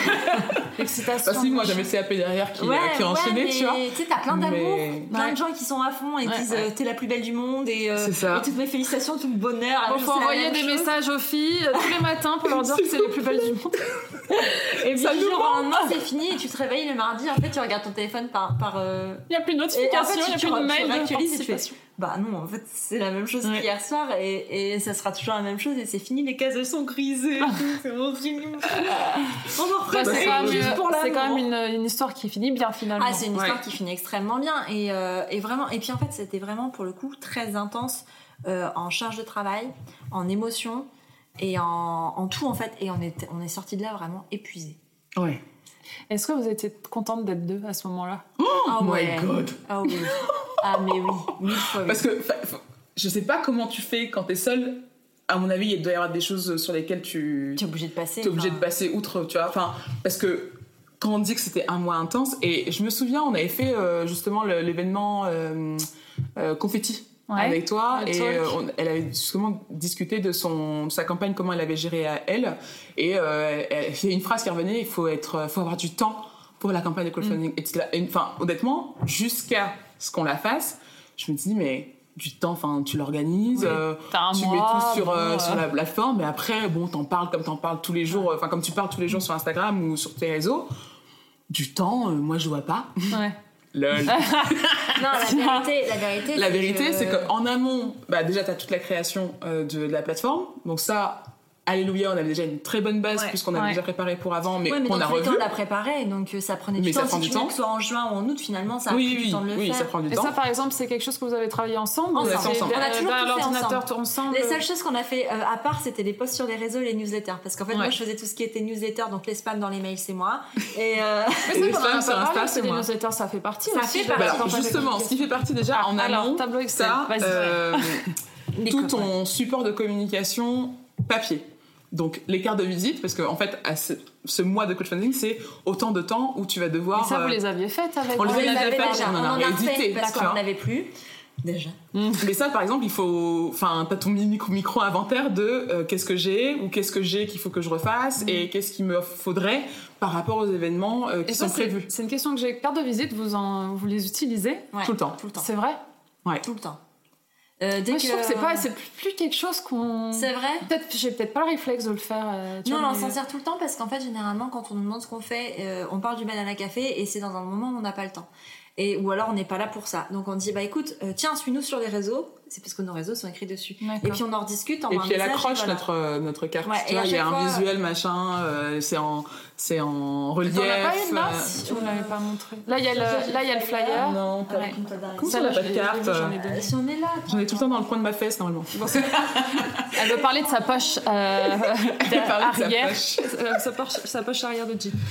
Excitation. Parce que moi j'avais le C A P derrière qui, ouais, qui a enchaîné, ouais, tu vois. Tu sais, t'as plein d'amour, mais... plein ouais. de gens qui sont à fond et ouais, disent ouais. t'es la plus belle du monde et, euh, et toutes mes félicitations, tout le bonheur. Il faut envoyer des chose. messages aux filles tous les matins pour leur dire que c'est les plus belles du monde. Et puis du jour au lendemain, c'est fini et tu te réveilles le mardi. En fait, tu regardes ton téléphone par. par euh... Il n'y a plus de notification, il n'y a plus de mail. Tu réactualises et tu fais. Bah non, en fait, c'est la même chose ouais. qu'hier soir et, et ça sera toujours la même chose et c'est fini. Les cases sont grisées. C'est horrible. On en refait. C'est quand même, pour c'est quand même une, une histoire qui finit bien finalement. Ah, c'est une histoire ouais. qui finit extrêmement bien et, euh, et vraiment. Et puis en fait, c'était vraiment pour le coup très intense euh, en charge de travail, en émotion. Et en, en tout, en fait, et on est, on est sortis de là vraiment épuisés. Ouais. Est-ce que vous étiez contente d'être deux à ce moment-là? Oh, oh ouais. my God. Ah oui. Ah mais oui, mille fois oui. Parce que je sais pas comment tu fais quand t'es seule. À mon avis, il doit y avoir des choses sur lesquelles tu... T'es obligé de passer. T'es obligé de passer outre, tu vois. Enfin, parce que quand on dit que c'était un mois intense, et je me souviens, on avait fait euh, justement le, l'événement euh, euh, Confetti. Ouais, avec toi et euh, on, elle avait justement discuté de son de sa campagne, comment elle avait géré à elle et euh, il y a une phrase qui revenait, il faut être faut avoir du temps pour la campagne de crowdfunding mm. et enfin honnêtement jusqu'à ce qu'on la fasse je me dis mais du temps enfin tu l'organises oui. euh, tu mois, mets tout sur euh, ouais. sur la plateforme mais après bon t'en parles comme t'en parles tous les jours enfin ouais. comme tu parles tous les jours mm. sur Instagram ou sur tes réseaux du temps euh, moi je vois pas ouais. Lol. non, la vérité, la vérité, la c'est, vérité que... c'est qu'en amont, bah déjà t'as toute la création euh, de, de la plateforme, donc ça, alléluia, on avait déjà une très bonne base ouais. puisqu'on avait ouais. déjà préparé pour avant, mais, ouais, mais qu'on a revu. On l'a préparé, donc ça prenait du mais temps. Ça prend si du tu temps. veux que ce soit en juin ou en août, finalement, ça a oui, pris oui, du temps de le oui, faire. Ça prend du et temps. ça, par exemple, c'est quelque chose que vous avez travaillé ensemble. Ensemble. ensemble. On a toujours tout l'ordinateur fait ensemble. ensemble. Les seules choses qu'on a fait euh, à part, c'était les posts sur les réseaux et les newsletters, parce qu'en fait, ouais. moi, je faisais tout ce qui était newsletter, donc les spams dans les mails, c'est moi. Et euh... mais les spams sur Insta, c'est moi. Les newsletters, ça fait partie. Ça fait partie. Justement, ce qui fait partie déjà en amont, ça, tout ton support de communication papier. Donc les cartes de visite, parce qu'en en fait à ce, ce mois de crowdfunding c'est autant de temps où tu vas devoir. Et ça vous les aviez faites avec. On les avait déjà faites, on en a réédité parce qu'on n'en avait plus. Déjà. Mmh. Mais ça, par exemple, il faut. Enfin, t'as ton micro, micro inventaire de euh, qu'est-ce que j'ai ou qu'est-ce que j'ai qu'il faut que je refasse mmh. et qu'est-ce qu'il me faudrait par rapport aux événements euh, qui et ça, sont c'est, prévus. C'est une question que j'ai. Carte de visite, vous en, vous les utilisez ouais. tout le temps. Tout le temps. C'est vrai. Ouais. Tout le temps. Euh, dès Moi, que... je trouve que c'est pas, c'est plus quelque chose qu'on. C'est vrai. Peut-être, j'ai peut-être pas le réflexe de le faire. Euh, non, vois, on mais... s'en sert tout le temps parce qu'en fait, généralement, quand on nous demande ce qu'on fait, euh, on parle du banana café et c'est dans un moment où on n'a pas le temps. Et, ou alors on n'est pas là pour ça. Donc on dit bah écoute, euh, tiens, suis-nous sur les réseaux. C'est parce que nos réseaux sont écrits dessus. D'accord. Et puis on en rediscute. Et puis elle accroche voilà. notre notre carte. Ouais, tu vois, il y a un fois, visuel machin. Euh, c'est en c'est en relief. On l'a pas une là. Si tu ne l'avais pas montré. Là il y a le là il y a le flyer. Non. Pas ouais. Comment ça, n'a pas de carte euh, Si on est là. J'en ai tout le temps dans le coin de ma fesse normalement. Elle veut parler de sa poche euh, arrière. De sa poche. Euh, sa poche sa poche arrière de jean.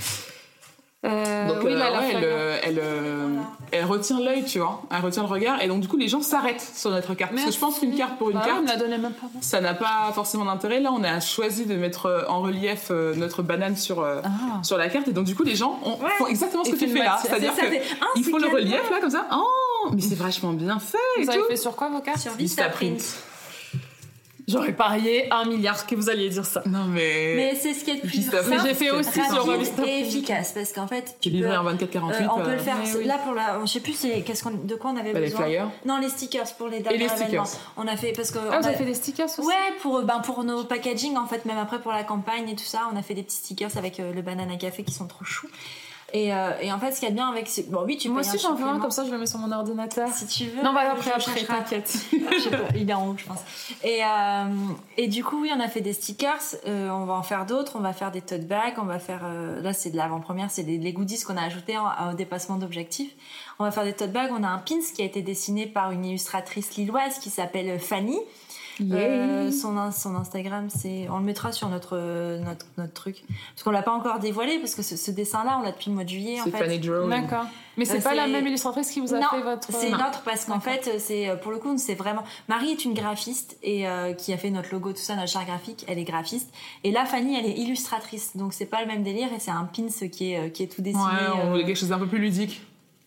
Euh, donc oui, euh, là, ouais, elle, elle, elle, voilà. elle retient l'œil, tu vois, elle retient le regard, et donc du coup les gens s'arrêtent sur notre carte. Merci. Parce que je pense qu'une carte pour une bah, carte, me la donnait même pas. Ça n'a pas forcément d'intérêt. Là, on a choisi de mettre en relief euh, notre banane sur euh, ah. sur la carte, et donc du coup les gens ont, ouais. font exactement ce et que tu fais là, c'est-à-dire que fait... ah, il faut le relief bien. Là comme ça. Oh, mais c'est vachement bien fait. Vous et avez tout. fait sur quoi vos cartes? Sur Vistaprint. J'aurais parié un milliard que vous alliez dire ça. Non mais. Mais c'est ce qui est le plus simple. Mais j'ai fait aussi sur Vistaprint. Et efficace parce qu'en fait. Tu livré en vingt-quatre quarante-huit. Euh, on peut le faire. Oui. Là pour la, je sais plus c'est qu'est-ce qu'on, de quoi on avait bah, besoin. Les flyers. Non les stickers pour les derniers et les événements. Stickers. On a fait parce que. Ah vous avez fait des stickers aussi. Ouais pour ben pour nos packaging en fait même après pour la campagne et tout ça on a fait des petits stickers avec euh, le banana café qui sont trop choux. Et, euh, et en fait, ce qu'il y a de bien avec ces... Bon, oui, tu peux. Moi aussi, j'en veux un, comme ça, je le mets sur mon ordinateur. Si tu veux. Non, bah après, après, t'inquiète. Je sais pas, il est en haut, je pense. Et, euh, et du coup, oui, on a fait des stickers. Euh, on va en faire d'autres. On va faire des tote bags. On va faire. Euh, là, c'est de l'avant-première. C'est les, les goodies qu'on a ajoutés au dépassement d'objectifs. On va faire des tote bags. On a un pins qui a été dessiné par une illustratrice lilloise qui s'appelle Fanny. Yeah. Euh, son, son Instagram, c'est, on le mettra sur notre, notre, notre truc. Parce qu'on l'a pas encore dévoilé, parce que ce, ce dessin-là, on l'a depuis le mois de juillet. C'est en fait. Fanny Drawing. D'accord. Mais c'est euh, pas c'est... la même illustratrice qui vous a non, fait votre. C'est notre, parce qu'en D'accord. fait, c'est, pour le coup, c'est vraiment. Marie est une graphiste et euh, qui a fait notre logo, tout ça, notre charte graphique, elle est graphiste. Et là, Fanny, elle est illustratrice. Donc c'est pas le même délire et c'est un pins qui est, qui est tout dessiné. Ouais, on voulait euh... quelque chose d'un peu plus ludique.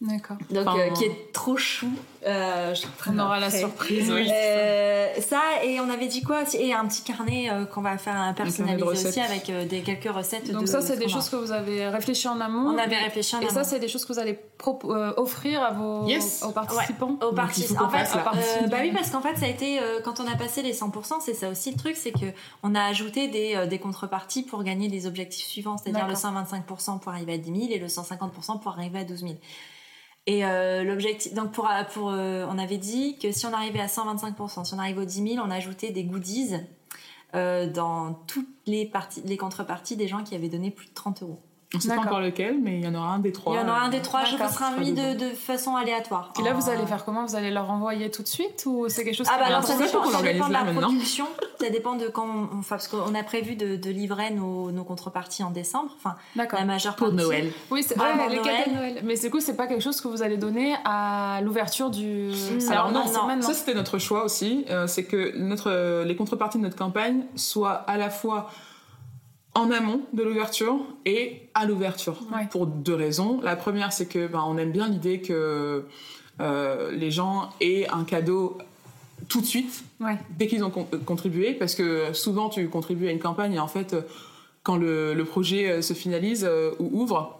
D'accord. Donc, enfin, euh, qui est trop chou. Euh, on aura la surprise, oui. Euh, ça, et on avait dit quoi aussi? Et un petit carnet euh, qu'on va faire personnaliser aussi avec euh, des, quelques recettes. Donc de, ça, c'est des voilà. choses que vous avez réfléchi en amont. On avait réfléchi en et amont. Et ça, c'est des choses que vous allez pro- euh, offrir à vos, yes. aux participants. Ouais, aux participants. En fait, euh, bah oui, parce qu'en fait, ça a été, euh, quand on a passé les cent pour cent, c'est ça aussi le truc, c'est que on a ajouté des, euh, des contreparties pour gagner les objectifs suivants, c'est-à-dire D'accord. le cent vingt-cinq pour cent pour arriver à dix mille et le cent cinquante pour cent pour arriver à douze mille. Et euh, l'objectif, donc pour, pour euh, on avait dit que si on arrivait à cent vingt-cinq pour cent, si on arrivait aux dix mille, on ajoutait des goodies euh, dans toutes les parties, les contreparties des gens qui avaient donné plus de trente euros. On ne sait pas encore lequel, mais il y en aura un des trois. Il y en aura un des trois, je D'accord. ce sera mis de, de façon aléatoire. Et là, vous allez faire comment? Vous allez leur envoyer tout de suite ou c'est quelque chose ah qui bah va alors ça dépend, ça dépend de la maintenant. production, ça dépend de quand on, enfin parce qu'on a prévu de, de livrer nos, nos contreparties en décembre, enfin D'accord. la majeure pour partie. Noël. Oui, c'est ah, ouais, les Noël. cadeaux de Noël. Mais du coup, c'est pas quelque chose que vous allez donner à l'ouverture du. Mmh. Alors non, non. ça c'était notre choix aussi, euh, c'est que notre euh, les contreparties de notre campagne soient à la fois en amont de l'ouverture et à l'ouverture, ouais. pour deux raisons. La première, c'est que ben, on aime bien l'idée que euh, les gens aient un cadeau tout de suite, ouais. dès qu'ils ont con- contribué, parce que souvent tu contribues à une campagne et en fait, quand le, le projet se finalise euh, ou ouvre,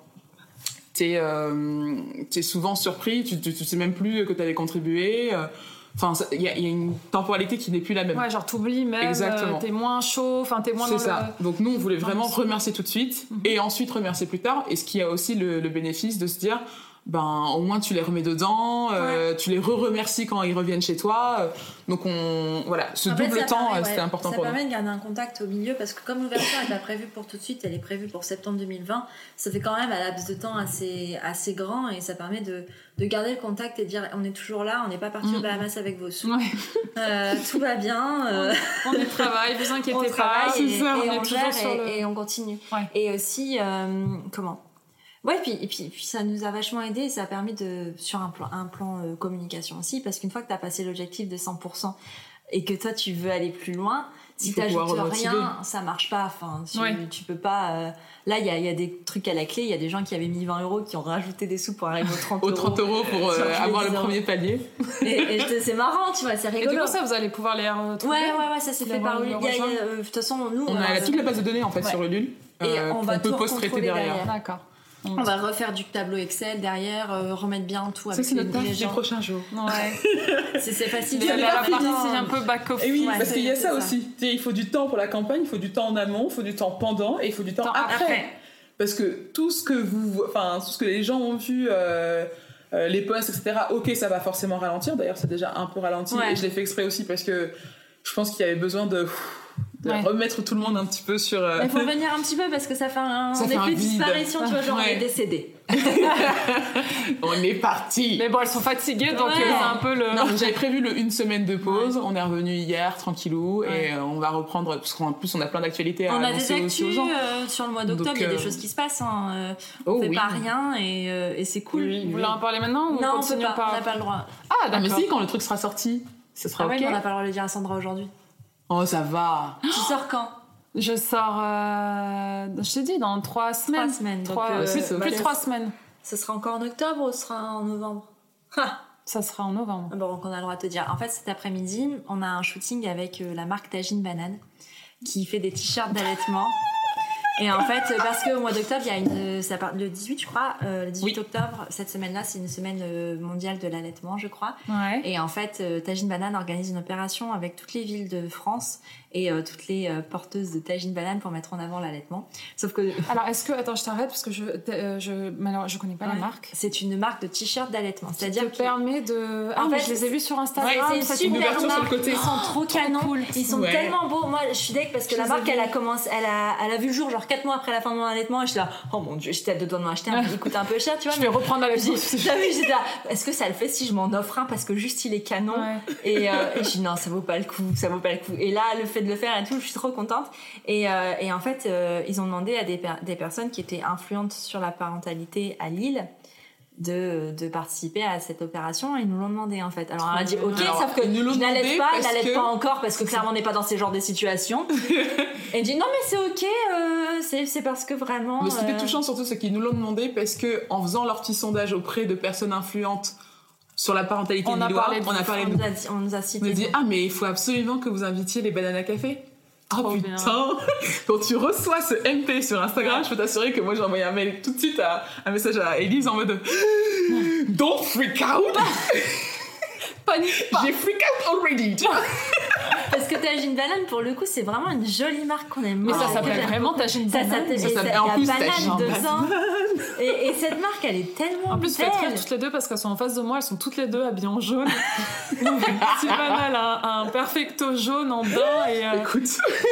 t'es, euh, t'es souvent surpris, tu, tu, tu sais même plus que t'avais contribué. Euh, Enfin, il y, y a une temporalité qui n'est plus la même. Ouais, genre t'oublies même, Exactement. Euh, t'es moins chaud, enfin t'es moins C'est dans ça. le... Donc nous, on voulait vraiment remercier tout de suite Mm-hmm. et ensuite remercier plus tard. Et ce qui a aussi le, le bénéfice de se dire, ben au moins tu les remets dedans, euh, ouais. tu les re-remercies quand ils reviennent chez toi. Donc on, voilà, ce en double fait, temps, permet, c'était ouais, important ça pour nous. Ça permet de garder un contact au milieu parce que comme l'ouverture n'est pas prévue pour tout de suite, elle est prévue pour septembre deux mille vingt. Ça fait quand même un laps de temps assez assez grand et ça permet de de garder le contact et de dire on est toujours là, on n'est pas parti mmh. au Bahamas avec vos sous, ouais. euh, tout va bien, euh... on est travail, vous inquiétez on pas, c'est et, ça, et, on, on est toujours sur et, le... et on continue. Ouais. Et aussi euh, comment Ouais, puis, et puis, puis ça nous a vachement aidé et ça a permis de, sur un plan, un plan euh, communication aussi, parce qu'une fois que tu as passé l'objectif de cent pour cent et que toi tu veux aller plus loin, si tu n'ajoutes rien, ça marche pas. Enfin, tu, ouais. tu peux pas. Euh... Là, il y a, y a des trucs à la clé, il y a des gens qui avaient mis vingt euros qui ont rajouté des sous pour arriver aux trente euros. Aux trente euros pour euh, avoir le premier palier. Et, et c'est marrant, tu vois, c'est rigolo. Et du coup, ça, vous allez pouvoir les retrouver. Ouais, ouais, ouais, ça s'est fait par Ulule. De toute façon, nous. On, on a, a toute la base de données en fait ouais. sur Ulule. Et euh, on va peut tout post-traiter derrière. derrière. D'accord. On va refaire du tableau Excel derrière, euh, remettre bien tout avec ça, c'est les, notre taf les du prochain jour. Ouais. c'est, c'est facile. Mais la partie, c'est un peu back-off. Et oui, ouais, parce qu'il y a ça, ça aussi. Il faut du temps pour la campagne, il faut du temps en amont, il faut du temps pendant et il faut du temps, temps après. après. Parce que tout ce que vous, enfin, tout ce que les gens ont vu, euh, euh, les posts, et cetera. Ok, ça va forcément ralentir. D'ailleurs, c'est déjà un peu ralenti ouais. et je l'ai fait exprès aussi parce que je pense qu'il y avait besoin de. de ouais. remettre tout le monde un petit peu sur... Euh... Il faut revenir un petit peu parce que ça fait un, ça on fait est plus un disparition, tu vois, genre ouais. on est décédé. On est parti. Mais bon, elles sont fatiguées, donc ouais. c'est un peu le... Non, j'avais prévu le une semaine de pause, ouais. on est revenu hier, tranquillou, ouais. et on va reprendre, parce qu'en plus on a plein d'actualités à on annoncer a des aussi aux gens. Euh, sur le mois d'octobre, il y a des choses qui se passent, hein. euh, on oh, fait oui. pas rien, et, euh, et c'est cool. Oui, vous voulez en parler maintenant ou non, on continue on peut pas, par... on n'a pas le droit. Ah, d'accord. Mais si, quand le truc sera sorti, ce sera ah ok. Ouais, mais on n'a pas le droit de le dire à Sandra aujourd'hui. Oh, ça va. Tu sors quand? Je sors, euh, je t'ai dit, dans trois semaines. Trois semaines. Trois, donc, euh, plus, plus de trois semaines. Ce sera encore en octobre ou ce sera en novembre? Ha Ça sera en novembre. Bon, donc on a le droit de te dire. En fait, cet après-midi, on a un shooting avec euh, la marque Tajine Banane qui fait des t-shirts d'allaitement. Et en fait, parce qu'au mois d'octobre, il y a une, ça part le dix-huit, je crois, euh, le dix-huit oui. octobre, cette semaine-là, c'est une semaine euh, mondiale de l'allaitement, je crois. Ouais. Et en fait, euh, Tajine Banane organise une opération avec toutes les villes de France et euh, toutes les euh, porteuses de Tajine Banane pour mettre en avant l'allaitement. Sauf que... Alors, est-ce que... Attends, je t'arrête parce que je euh, je, alors, je connais pas ouais. la marque. C'est une marque de t-shirt d'allaitement. C'est-à-dire qui te permet de... Ah, en mais fait, je les ai vus sur Instagram. Ouais, c'est une super marque. Côté. Ils sont trop canons. Cool. Ils sont ouais. tellement beaux. Moi, je suis deg parce que je la marque, elle a commencé, elle a, elle a vu le jour genre quatre mois après la fin de mon allaitement et je suis là, oh mon dieu, j'étais à deux doigts de m'en acheter un qui coûte un peu cher, tu vois. Je vais reprendre la vie. T'as vu, j'étais là, est-ce que ça le fait si je m'en offre un parce que juste il est canon ouais. et, euh, et je dis non, ça vaut pas le coup, ça vaut pas le coup. Et là, le fait de le faire et tout, je suis trop contente. Et, euh, et en fait, euh, ils ont demandé à des, per- des personnes qui étaient influentes sur la parentalité à Lille de, de participer à cette opération. Ils nous l'ont demandé en fait. Alors on a dit ok, Alors, sauf que nous je n'allaite pas, il n'allaite que... pas encore parce que clairement on n'est pas dans ces genres de situations. Et il dit non mais c'est ok, euh, c'est, c'est parce que vraiment... Mais ce qui était euh... touchant surtout, c'est qu'ils nous l'ont demandé parce que en faisant leur petit sondage auprès de personnes influentes sur la parentalité on de Lillois, on a parlé de nous. On nous a cité. On a dit ah mais il faut absolument que vous invitiez les Banana Café. Oh Trop putain bien. Quand tu reçois ce M P sur Instagram, ouais. je peux t'assurer que moi j'ai envoyé un mail tout de suite, à, un message à Élise en mode don't freak out. Panique pas. J'ai freak out already. Parce que Tajine Banane, pour le coup, c'est vraiment une jolie marque qu'on aime. Mais bien. ça s'appelle vraiment Tajine Banane. Ça, ça, ça s'appelle en en plus banane Tajine dedans. Et, et cette marque, elle est tellement En plus, belle. faites rire toutes les deux parce qu'elles sont en face de moi, elles sont toutes les deux habillées en jaune. Donc, petite banane a un, un perfecto jaune en bas et, euh, Écoute.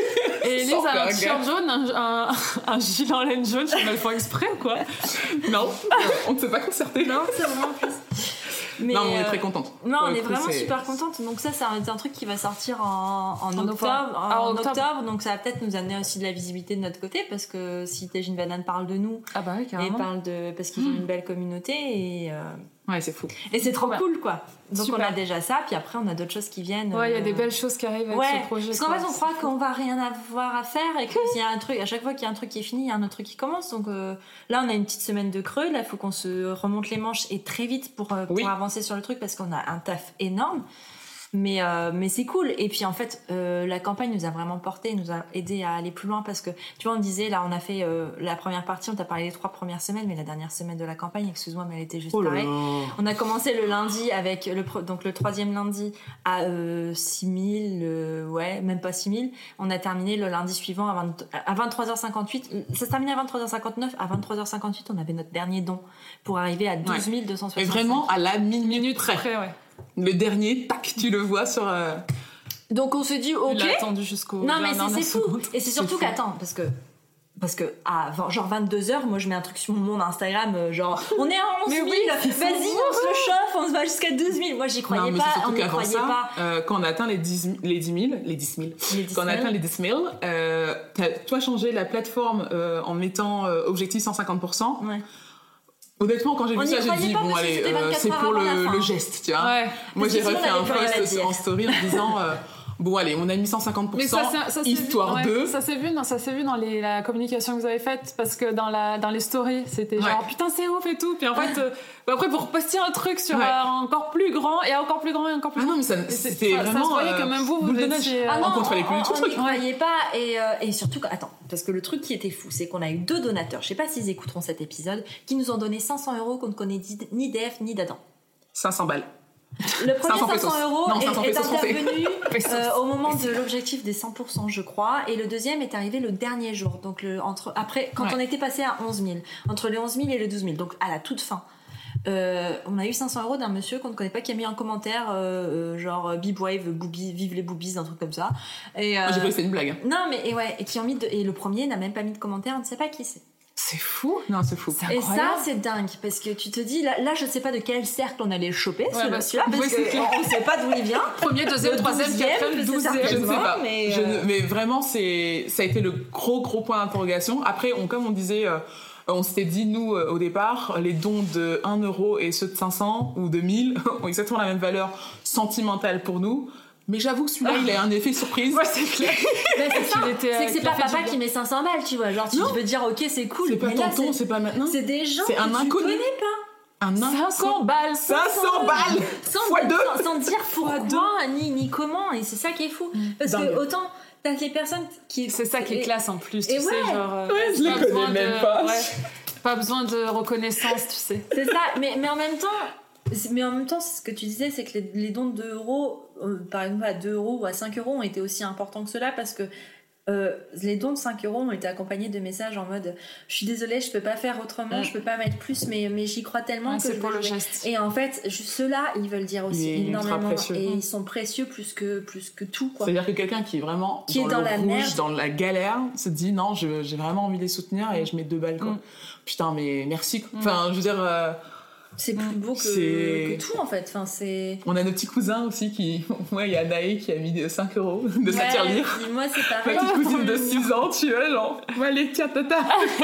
et Elise a un t-shirt jaune, un, un, un gilet en laine jaune. Je sais pas, elles font exprès ou quoi? Non, on ne s'est pas concerté. Non, c'est vraiment plus. Mais non, mais on est euh, très contente. Non, on le est coup, vraiment c'est... super contente. Donc ça, c'est un, c'est un truc qui va sortir en, en, En octobre. En, ah, en octobre. octobre. Donc ça va peut-être nous amener aussi de la visibilité de notre côté parce que si Tajine Banane parle de nous, ah bah oui, et parle de parce qu'ils ont une belle communauté et euh, ouais, c'est fou. et c'est trop Ouais. cool quoi. Donc Super. on a déjà ça, puis après on a d'autres choses qui viennent. Ouais, il y a euh, des belles choses qui arrivent avec ouais, ce projet. parce qu'en quoi. fait on croit qu'on va rien avoir à faire et que s'il y a un truc, à chaque fois qu'il y a un truc qui est fini, il y a un autre truc qui commence. Donc euh, là on a une petite semaine de creux, là il faut qu'on se remonte les manches et très vite pour, euh, pour Oui. avancer sur le truc parce qu'on a un taf énorme. Mais, euh, mais c'est cool. Et puis en fait, euh, la campagne nous a vraiment porté, nous a aidé à aller plus loin parce que tu vois, on disait là, on a fait euh, la première partie, on t'a parlé des trois premières semaines, mais la dernière semaine de la campagne, excuse-moi, mais elle était juste Oh là pareille. là. On a commencé le lundi avec le pro- donc le troisième lundi à euh, six mille, euh, ouais, même pas six mille. On a terminé le lundi suivant à, vingt, à vingt-trois heures cinquante-huit. Ça se terminait à vingt-trois heures cinquante-neuf. À vingt-trois heures cinquante-huit, on avait notre dernier don pour arriver à douze mille deux cent soixante-cinq. Et vraiment à la minute, Minute près. près, ouais. Le dernier, tac, tu le vois sur. Euh... Donc on se dit ok. Il a attendu jusqu'au. Non mais dernière c'est, c'est fou. seconde. Et c'est surtout fou. qu'attends parce que parce que à vingt genre vingt-deux heures, moi je mets un truc sur mon Instagram euh, genre on est à onze mille, oui, vas-y on se le chauffe, on se va jusqu'à douze mille. Moi j'y croyais non, mais pas, c'est on surtout n'y qu'avant croyait ça, pas. euh, quand on a atteint les dix mille, les dix mille, les dix mille, Les dix quand on a mille. atteint les dix mille, euh, t'as toi changé la plateforme euh, en mettant euh, objectif cent cinquante pour cent. Ouais. Honnêtement, quand j'ai On vu n'y ça, j'ai croyait dit pas bon parce que allez, c'était euh, vingt-quatre c'est heures pour avant la le, fin. le geste, tu vois. Ouais. Moi Parce j'ai que sinon, refait on un avait plus rien à post dire. en story en disant euh, bon allez, on a mis cent cinquante pour cent, Mais ça, ça, ça histoire s'est vu, ouais, de. ça s'est vu, non, ça s'est vu dans les, la communication que vous avez faite parce que dans la dans les stories c'était Ouais. genre putain c'est ouf et tout puis en fait euh, après vous repostiez un truc sur Ouais. euh, encore plus grand et encore plus grand et encore plus Ah grand. non mais ça, Et c'est- c'était ça, vraiment. ça se voyait euh, que même vous vous boule de neige. étiez, euh, Ah non, on contrôlait plus on, du tout on le truc. n'y croyait pas et, euh, et surtout que- attends parce que le truc qui était fou c'est qu'on a eu deux donateurs, je sais pas s'ils écouteront cet épisode, qui nous ont donné cinq cents euros qu'on ne connaît di- ni d'Ef ni d'Adam. cinq cents balles. Le premier cinq cents cinq cents pesos. euros Non, est, cinq cents est pesos français. intervenu Pesos. euh, au moment de l'objectif des cent pour cent je crois et le deuxième est arrivé le dernier jour donc le, entre, après quand Ouais. on était passé à onze mille entre les onze mille et les douze mille donc à la toute fin. Euh, on a eu cinq cents euros d'un monsieur qu'on ne connaît pas qui a mis un commentaire euh, euh, genre Bibwave, boobies, vive les boobies, un truc comme ça. Et, euh, Moi j'ai cru que c'était une blague. non mais et ouais et qui ont mis de, et le premier n'a même pas mis de commentaire, on ne sait pas qui c'est. C'est fou. Non c'est fou. Et incroyable. ça c'est dingue parce que tu te dis là, là je sais pas de quel cercle on allait le choper Ouais, celui-là, bah, celui-là, oui, parce c'est clair. qu'on ne sait pas d'où il vient. Premier, deuxième, Le troisième, douzième, quatrième, je sais douzième. Je ne sais pas. mais, Je euh, ne- mais vraiment, c'est, ça a été le gros, gros point d'interrogation. Après, on, comme on disait, euh, on s'était dit, nous, euh, au départ, les dons de un euro et ceux de cinq cents ou de mille ont exactement la même valeur sentimentale pour nous. Mais j'avoue que celui-là, il a un effet surprise. Ouais, c'est clair. bah, c'est ça. qu'il était, C'est euh, que c'est qu'il a pas fait du papa bien. qui met cinq cents balles, tu vois. Genre, tu Non. veux dire, ok, c'est cool. C'est pas mais là, tonton, c'est- c'est pas maintenant. C'est des gens C'est un que tu inconnu. connais pas. Un cinq cents balles. cinq cents balles Sans, fois deux. sans, sans dire pourquoi, ni, ni comment. Et c'est ça qui est fou. Parce Dingue. que autant, t'as les personnes qui... C'est ça qui est et- classe en plus, et tu sais, ouais. genre. euh, Ouais, je les pas connais besoin même de- pas. ouais, pas besoin de reconnaissance, tu sais. C'est ça, mais, mais en même temps, c'est- mais en même temps, c'est ce que tu disais, c'est que les, les dons de deux euros, euh, par exemple à deux euros ou à cinq euros, ont été aussi importants que cela parce que euh, les dons de cinq euros ont été accompagnés de messages en mode je suis désolée, je peux pas faire autrement, Mm. je peux pas mettre plus, mais, mais j'y crois tellement Ouais, que c'est je pour veux le jouer. geste. Et en fait, juste ceux-là, ils veulent dire aussi Il est ultra énormément. précieux. Et Mm. ils sont précieux plus que, plus que tout, quoi. C'est-à-dire que quelqu'un qui est vraiment Qui dans, est dans le la rouge, merde. dans la galère, se dit non, je- j'ai vraiment envie de les soutenir et je mets deux balles, quoi. Mm. Putain, mais merci. quoi. Enfin, je veux dire, euh, C'est plus beau que, C'est- que tout, en fait. Enfin, c'est... on a nos petits cousins aussi qui. Ouais, il y a Naé qui a mis cinq euros de sa Ouais, tirelire. puis moi, c'est Ma pareil. petite cousine de six ans, tu vois, genre, allez, tiens, tata.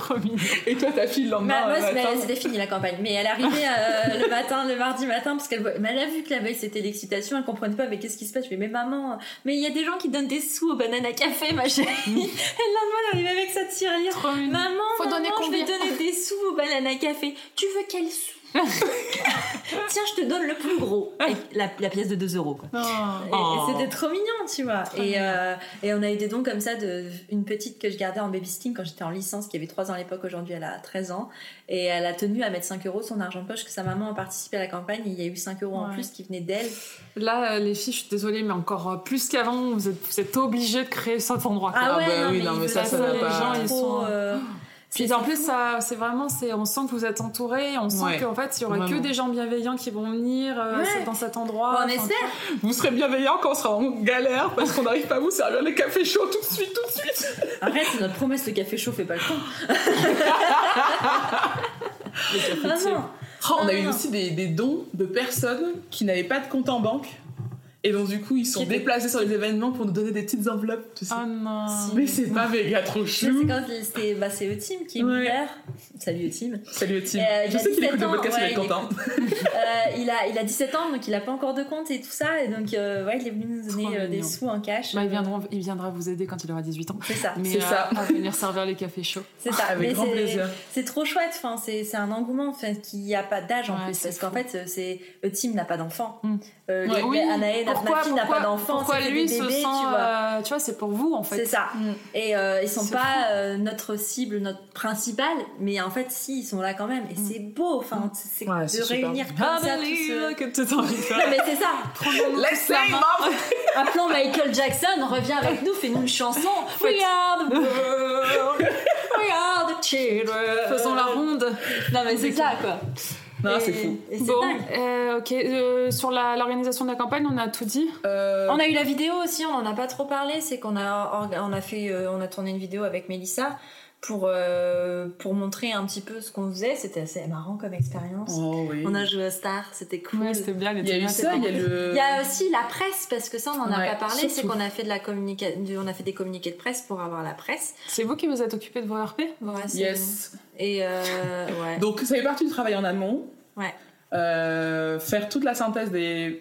Trop mignon. Et toi, ta fille, le lendemain bah, moi, c'était fini la campagne. Mais elle arrivait euh, le matin, le mardi matin, parce qu'elle elle a vu que la veille, c'était l'excitation. Elle comprenait pas, mais qu'est-ce qui se passe? Je fais, mais maman, mais il y a des gens qui donnent des sous au Banana Café, ma chérie. Et le lendemain, elle arrivait avec sa tirelire. Maman, Faut maman, donner je vais donner des sous au Banana Café. Tu veux quels sous? Tiens, je te donne le plus gros. Et la, la pièce de deux euros, quoi. Oh. Et, et c'était trop mignon, tu vois. Et, euh, et on a eu des dons comme ça de une petite que je gardais en babysitting quand j'étais en licence, qui avait trois ans à l'époque. Aujourd'hui, elle a treize ans. Et elle a tenu à mettre cinq euros son argent de poche, que sa maman a participé à la campagne. Et il y a eu cinq euros ouais. en plus qui venaient d'elle. Là, les filles, je suis désolée, mais encore plus qu'avant, vous êtes, vous êtes obligées de créer cet endroit. Quoi. Ah ouais, ah bah non, oui, mais, non, mais ça, ça va pas. Les gens, ils sont... Euh... Puis en plus, ça, c'est vraiment, c'est, on sent que vous êtes entourés, on sent ouais. qu'en fait, il y aurait vraiment. que des gens bienveillants qui vont venir euh, ouais. dans cet endroit. On espère. Vous serez bienveillants quand on sera en galère parce qu'on n'arrive pas à vous servir les cafés chauds tout de suite, tout de suite. Arrête, c'est notre promesse, le café chaud fait pas le temps. Les cafés ah oh, on a eu aussi des, des dons de personnes qui n'avaient pas de compte en banque. Et donc du coup ils sont déplacés sur les événements pour nous donner des petites enveloppes, tu sais. Oh non. Mais c'est pas méga trop chou. C'est quand c'est bah c'est Eutim qui est ouais. ouvert. Salut Eutim. Salut Eutim. Euh, je sais qu'il écoute le podcast, ouais, il est content. euh, il a il a dix-sept ans donc il a pas encore de compte et tout ça et donc euh, ouais il est venu nous donner euh, des sous en cash. Bah, il viendra il viendra vous aider quand il aura dix-huit ans. C'est ça. Mais c'est euh, ça. À venir servir les cafés chauds. C'est ça. Avec mais grand c'est, plaisir. C'est trop chouette. Enfin c'est c'est un engouement enfin qui a pas d'âge en ouais, plus parce fou. qu'en fait c'est Eutim n'a pas d'enfant. Mm. Euh, ouais. Oui. Anaë, ma fille n'a pas d'enfant. Pourquoi lui bébés, se sent, tu vois. Euh, tu vois, c'est pour vous en fait. C'est ça. Mm. Et euh, ils sont c'est pas euh, notre cible, notre principale, mais en fait, si, ils sont là quand même. Et mm. c'est beau, enfin, c'est, ouais, de c'est réunir super. comme ah, ça tout ce... que tu t'en envie de faire. Non, mais c'est ça. Laisse la main. Appelons Michael Jackson, reviens avec nous, fais-nous une chanson. We are the world, we are the children. Faisons la ronde. Non, mais c'est, c'est ça, quoi. Non, et, c'est fou. Et c'est bon, euh, ok. Euh, sur la, l'organisation de la campagne, on a tout dit. Euh... On a eu la vidéo aussi, on en a pas trop parlé. C'est qu'on a, on a fait, euh, on a tourné une vidéo avec Mélissa pour euh, pour montrer un petit peu ce qu'on faisait. C'était assez marrant comme expérience. Oh, oui. On a joué à Star, c'était cool. Ouais, c'était bien. Il y a eu ça, il y a le. Il y a aussi la presse parce que ça on en a ouais, pas parlé. surtout. C'est qu'on a fait de la communica... on a fait des communiqués de presse pour avoir la presse. C'est vous qui vous êtes occupé de vos R P? Ouais, c'est yes. Et euh, ouais. Donc ça fait partie du travail en amont. Ouais. Euh, faire toute la synthèse des,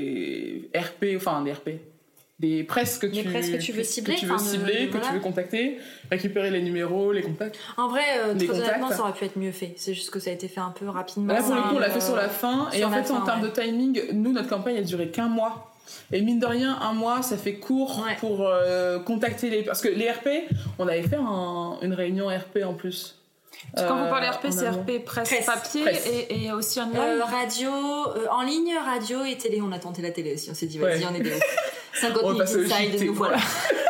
des R P, enfin des R P, des presses que tu, presses que tu veux cibler, que tu, veux cibler, que voilà. tu veux contacter, récupérer les numéros, les contacts. En vrai, euh, très honnêtement, ça aurait pu être mieux fait. C'est juste que ça a été fait un peu rapidement. Là, pour le coup, on l'a fait sur la fin. Sur et en fait, fin, en termes ouais. de timing, nous, notre campagne, elle durait qu'un mois. Et mine de rien, un mois, ça fait court ouais. pour euh, contacter les... Parce que les R P, on avait fait un, une réunion R P en plus. Quand euh, vous parlez R P, c'est R P presse, presse papier presse. Et, et aussi online euh, radio, euh, en ligne, radio et télé. On a tenté la télé aussi, on s'est dit vas-y, ouais. on est des cinquante minutes inside, nous voilà.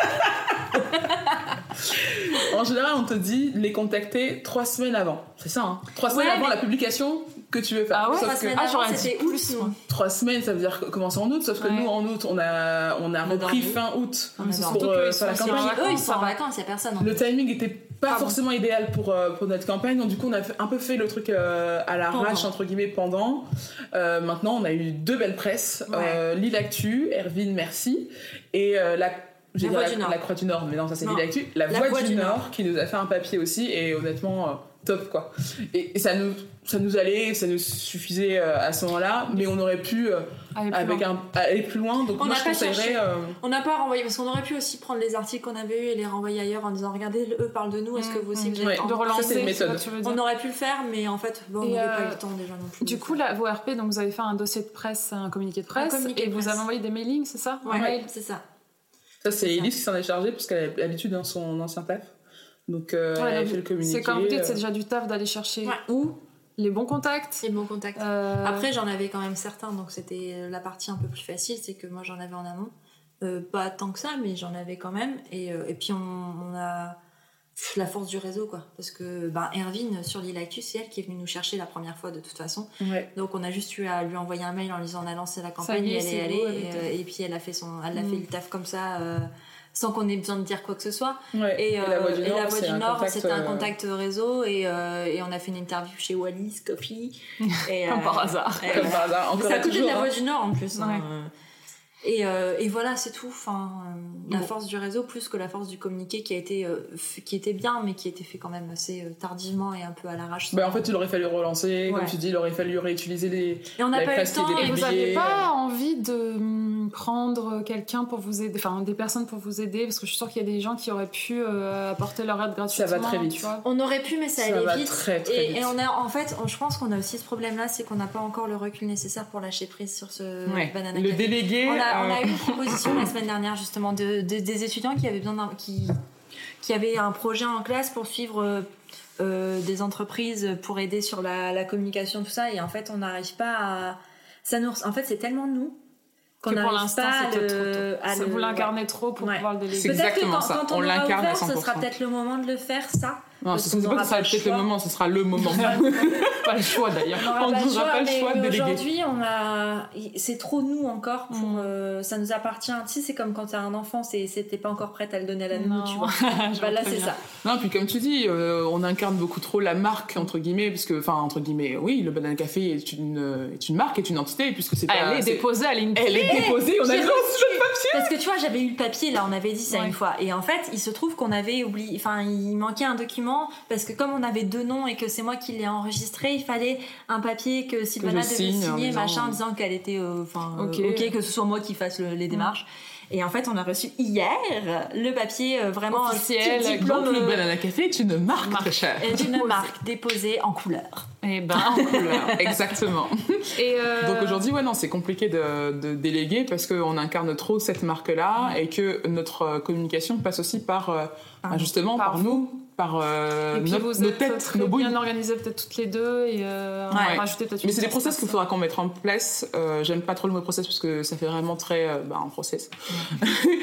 En général, on te dit de les contacter trois semaines avant. C'est ça, hein. Trois semaines ouais, avant mais... la publication que tu veux faire. Ah ouais, trois que... semaines ah, avant, j'aurais c'était dit plus. août. Trois semaines, ça veut dire commencer en août, sauf que ouais. nous, en août, on a, on a on repris fin août on pour euh, faire la campagne. Eux, ils sont en vacances, il n'y a personne. Le timing était pas ah forcément bon. idéal pour, euh, pour notre campagne, donc du coup, on a fait, un peu fait le truc euh, à l'arrache, entre guillemets, pendant. Euh, maintenant, on a eu deux belles presses. Ouais. Euh, Lille Actu, Erwin, merci. Et euh, la J'ai la, dit la, la Croix du Nord, mais non, ça c'est Lille Actu. La, la Voix, Voix du, du Nord, Nord, qui nous a fait un papier aussi, et honnêtement, euh, top quoi. Et, et ça, nous, ça nous allait, ça nous suffisait euh, à ce moment-là, mais on aurait pu euh, aller, plus avec un, aller plus loin. Donc on moi je conseillerais. Euh... On n'a pas renvoyé, parce qu'on aurait pu aussi prendre les articles qu'on avait eus et les renvoyer ailleurs en disant regardez, eux parlent de nous, est-ce que vous aussi vous avez ouais, de relancer ça, c'est une méthode. On aurait pu le faire, mais en fait, bon, on n'avait euh, pas eu le temps déjà non plus. Du coup, là, vos R P, donc vous avez fait un dossier de presse, un communiqué de presse, communiqué et de vous presse. avez envoyé des mailings, c'est ça? Ouais, ouais c'est ça. Ça, c'est Elise qui s'en est chargée parce qu'elle a l'habitude dans son ancien taf. Donc, euh, ouais, elle a fait le communiqué. C'est comme vous dites, c'est déjà du taf d'aller chercher ouais. où les bons contacts. Les bons contacts. Euh... Après, j'en avais quand même certains, donc c'était la partie un peu plus facile, c'est que moi j'en avais en amont. Euh, pas tant que ça, mais j'en avais quand même. Et, euh, et puis on, on a la force du réseau, quoi. Parce que ben, Erwin, sur Lille Actu, c'est elle qui est venue nous chercher la première fois de toute façon. Ouais. Donc on a juste eu à lui envoyer un mail en lui disant on a lancé la campagne, et elle est allée. Et, et, et puis elle a fait, son, elle a mmh. fait le taf comme ça. Euh, sans qu'on ait besoin de dire quoi que ce soit. Ouais. Et, euh, et la Voix du Nord, la Voix du Nord contact, c'était un euh... contact réseau et, euh, et on a fait une interview chez Wallis Coffee. Et, Comme euh, par hasard. Et, Comme par hasard. C'est à côté de la Voix du Nord en plus. Ouais. Hein. Et, euh, et voilà, c'est tout. Enfin, euh, la bon. force du réseau plus que la force du communiqué qui a été, euh, f- qui était bien, mais qui a été fait quand même assez euh, tardivement et un peu à l'arrache. Bah, en fait, il aurait fallu relancer, ouais. comme tu dis, il aurait fallu réutiliser les. Et on n'a pas eu le temps. Et vous n'aviez pas envie de prendre quelqu'un pour vous aider, enfin des personnes pour vous aider, parce que je suis sûre qu'il y a des gens qui auraient pu euh, apporter leur aide gratuitement. Ça va très vite. Tu vois. On aurait pu, mais ça, ça allait va vite. Très, très et, vite. Et on a, en fait, je pense qu'on a aussi ce problème-là, c'est qu'on n'a pas encore le recul nécessaire pour lâcher prise sur ce ouais. banana. Le café. délégué. On a, on a eu une proposition la semaine dernière justement de, de des étudiants qui avaient besoin d'un, qui qui avaient un projet en classe pour suivre euh, des entreprises pour aider sur la, la communication tout ça, et en fait on n'arrive pas à ça nous en fait c'est tellement nous qu'on n'arrive pas à le, à le... vous l'incarnez trop pour ouais. pouvoir le déléguer. C'est peut-être exactement que quand, ça. quand on, on l'incarne ouvert, à cent pour cent. Ce sera peut-être le moment de le faire ça. Non, ce n'est pas que ce sera peut-être le moment, ce sera le moment. Pas le choix d'ailleurs. On n'aura pas le choix de déléguer. Aujourd'hui, on a, c'est trop nous encore pour. Mm. Euh, ça nous appartient. Tu sais, c'est comme quand t'as un enfant, c'est, c'était pas encore prête à le donner à la nounou, tu vois. bah, là, c'est bien. Ça. Non, puis comme tu dis, euh, on incarne beaucoup trop la marque entre guillemets, parce que, enfin entre guillemets, oui, le Banana Café est une est une marque, est une entité, puisque c'est. Elle pas, est c'est... déposée à l'I N P I. Elle est déposée. On a le papier. Parce que tu vois, j'avais eu le papier là, on avait dit ça ouais. une fois, et en fait, il se trouve qu'on avait oublié. Enfin, il manquait un document parce que comme on avait deux noms et que c'est moi qui l'ai enregistré, il fallait un papier que Sylvana devait signer, machin, en disant qu'elle était, enfin, euh, okay. ok, que ce soit moi qui fasse le, les démarches. Mmh. Et en fait, on a reçu hier le papier euh, vraiment officiel. Diplôme. Donc le Banana Café est une marque, marque très chère. Est une marque déposée en couleur. Et ben en couleur, exactement. Et euh... Donc aujourd'hui, ouais, non, c'est compliqué de, de déléguer parce qu'on incarne trop cette marque-là mmh. et que notre communication passe aussi par, euh, ah, justement, par, par nous. Par euh, et puis nos, vous nos êtes têtes, très nos bien organisées peut-être toutes les deux et euh, ouais. rajouter peut-être. Mais c'est des process qu'il faudra qu'on mette en place. Euh, j'aime pas trop le mot process parce que ça fait vraiment très euh, bah, un process. Ouais.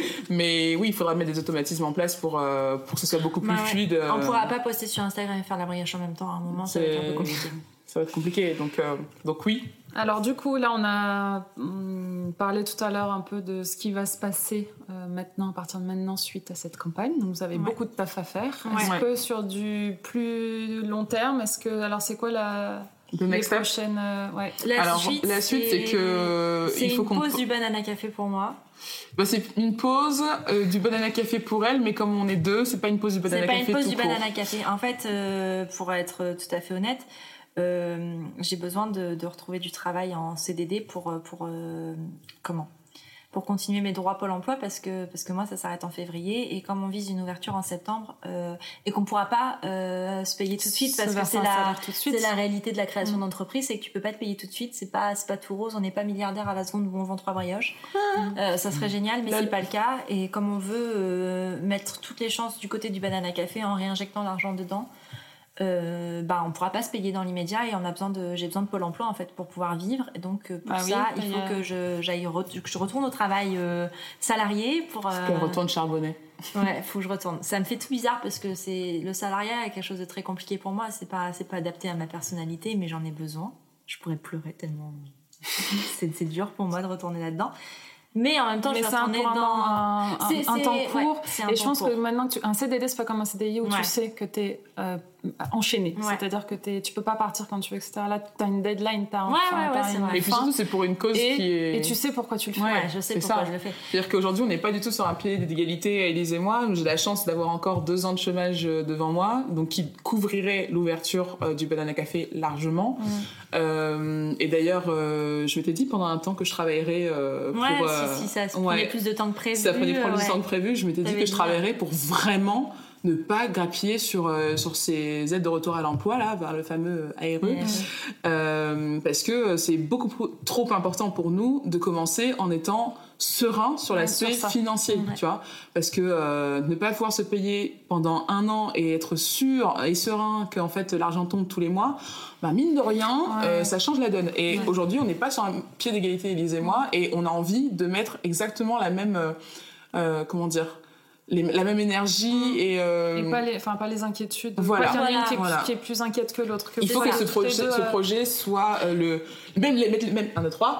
Mais oui, il faudra mettre des automatismes en place pour euh, pour que ce soit beaucoup plus bah, ouais. fluide. On pourra pas poster sur Instagram et faire la brioche en même temps. À un moment, ça va être un peu compliqué. Ça va être compliqué. Donc euh, donc oui. Alors du coup, là, on a hum, parlé tout à l'heure un peu de ce qui va se passer euh, maintenant, à partir de maintenant, suite à cette campagne. Donc, vous avez ouais. beaucoup de taf à faire. Ouais. Est-ce ouais. que sur du plus long terme, est-ce que... Alors, c'est quoi la... Le next step prochaine, euh, ouais. La Alors, suite, la suite, c'est, c'est que... C'est il faut une qu'on... pause du Banana Café pour moi. Bah, c'est une pause euh, du Banana Café pour elle, mais comme on est deux, c'est pas une pause du Banana Café. C'est pas une pause du court. Banana Café. En fait, euh, pour être tout à fait honnête, Euh, j'ai besoin de, de retrouver du travail en C D D pour pour euh, comment pour continuer mes droits Pôle Emploi parce que parce que moi ça s'arrête en février et comme on vise une ouverture en septembre euh, et qu'on pourra pas euh, se payer tout de suite parce que c'est la c'est la réalité de la création mmh. d'entreprise, c'est que tu peux pas te payer tout de suite, c'est pas c'est pas tout rose, on n'est pas milliardaire à la seconde où on vend trois brioches. Mmh. Euh, ça serait génial mais Lol. C'est pas le cas et comme on veut euh, mettre toutes les chances du côté du Banana Café en réinjectant l'argent dedans. Euh, bah on pourra pas se payer dans l'immédiat et on a besoin de j'ai besoin de Pôle Emploi en fait pour pouvoir vivre et donc pour ah ça oui, il faut a... que je j'aille re, que je retourne au travail euh, salarié pour euh... qu'elle retourne charbonner. Ouais, faut que je retourne. Ça me fait tout bizarre parce que c'est le salariat est quelque chose de très compliqué pour moi, c'est pas c'est pas adapté à ma personnalité mais j'en ai besoin. Je pourrais pleurer tellement c'est c'est dur pour moi de retourner là-dedans. Mais en même temps, mais je vais retourner un, dans un, un, c'est, un c'est, temps court. Ouais, et je pense court. que maintenant, tu, un C D D, c'est pas comme un C D I où ouais. tu sais que t'es euh, enchaîné. Ouais. C'est-à-dire que t'es, tu peux pas partir quand tu veux, et cetera. Là, t'as une deadline, t'as un ouais, fin, ouais, t'as ouais, une Et puis surtout, c'est pour une cause et, qui est... Et tu sais pourquoi tu le fais. Ouais, je sais pourquoi ça. je le fais. C'est-à-dire qu'aujourd'hui, on n'est pas du tout sur un pied d'égalité, Élise et moi. J'ai la chance d'avoir encore deux ans de chômage devant moi, donc qui couvrirait l'ouverture euh, du Banana Café largement. Mmh. Euh, et d'ailleurs, euh, je m'étais dit pendant un temps que je travaillerais euh, pour... Ouais, euh, si, si, ça se prenait ouais. plus de temps que prévu. Ça prenait plus de temps que prévu. Je m'étais dit que je travaillerais pour vraiment ne pas grappiller sur euh, sur ces aides de retour à l'emploi là vers le fameux A R E mmh. euh, parce que c'est beaucoup trop important pour nous de commencer en étant serein sur l'aspect ouais, financier, mmh. tu vois, parce que euh, ne pas pouvoir se payer pendant un an et être sûr et serein qu'en fait l'argent tombe tous les mois, bah mine de rien, ouais. euh, ça change la donne. Et ouais. aujourd'hui, on n'est pas sur un pied d'égalité, Élise et moi, et on a envie de mettre exactement la même, euh, euh, comment dire. Les, la même énergie mmh. et, euh... et pas les enfin pas les inquiétudes voilà. Pas qu'il y en a une qui est, voilà. qui est plus inquiète que l'autre que il faut voilà. que ce, projet, deux, ce euh... projet soit euh, le même les même un deux trois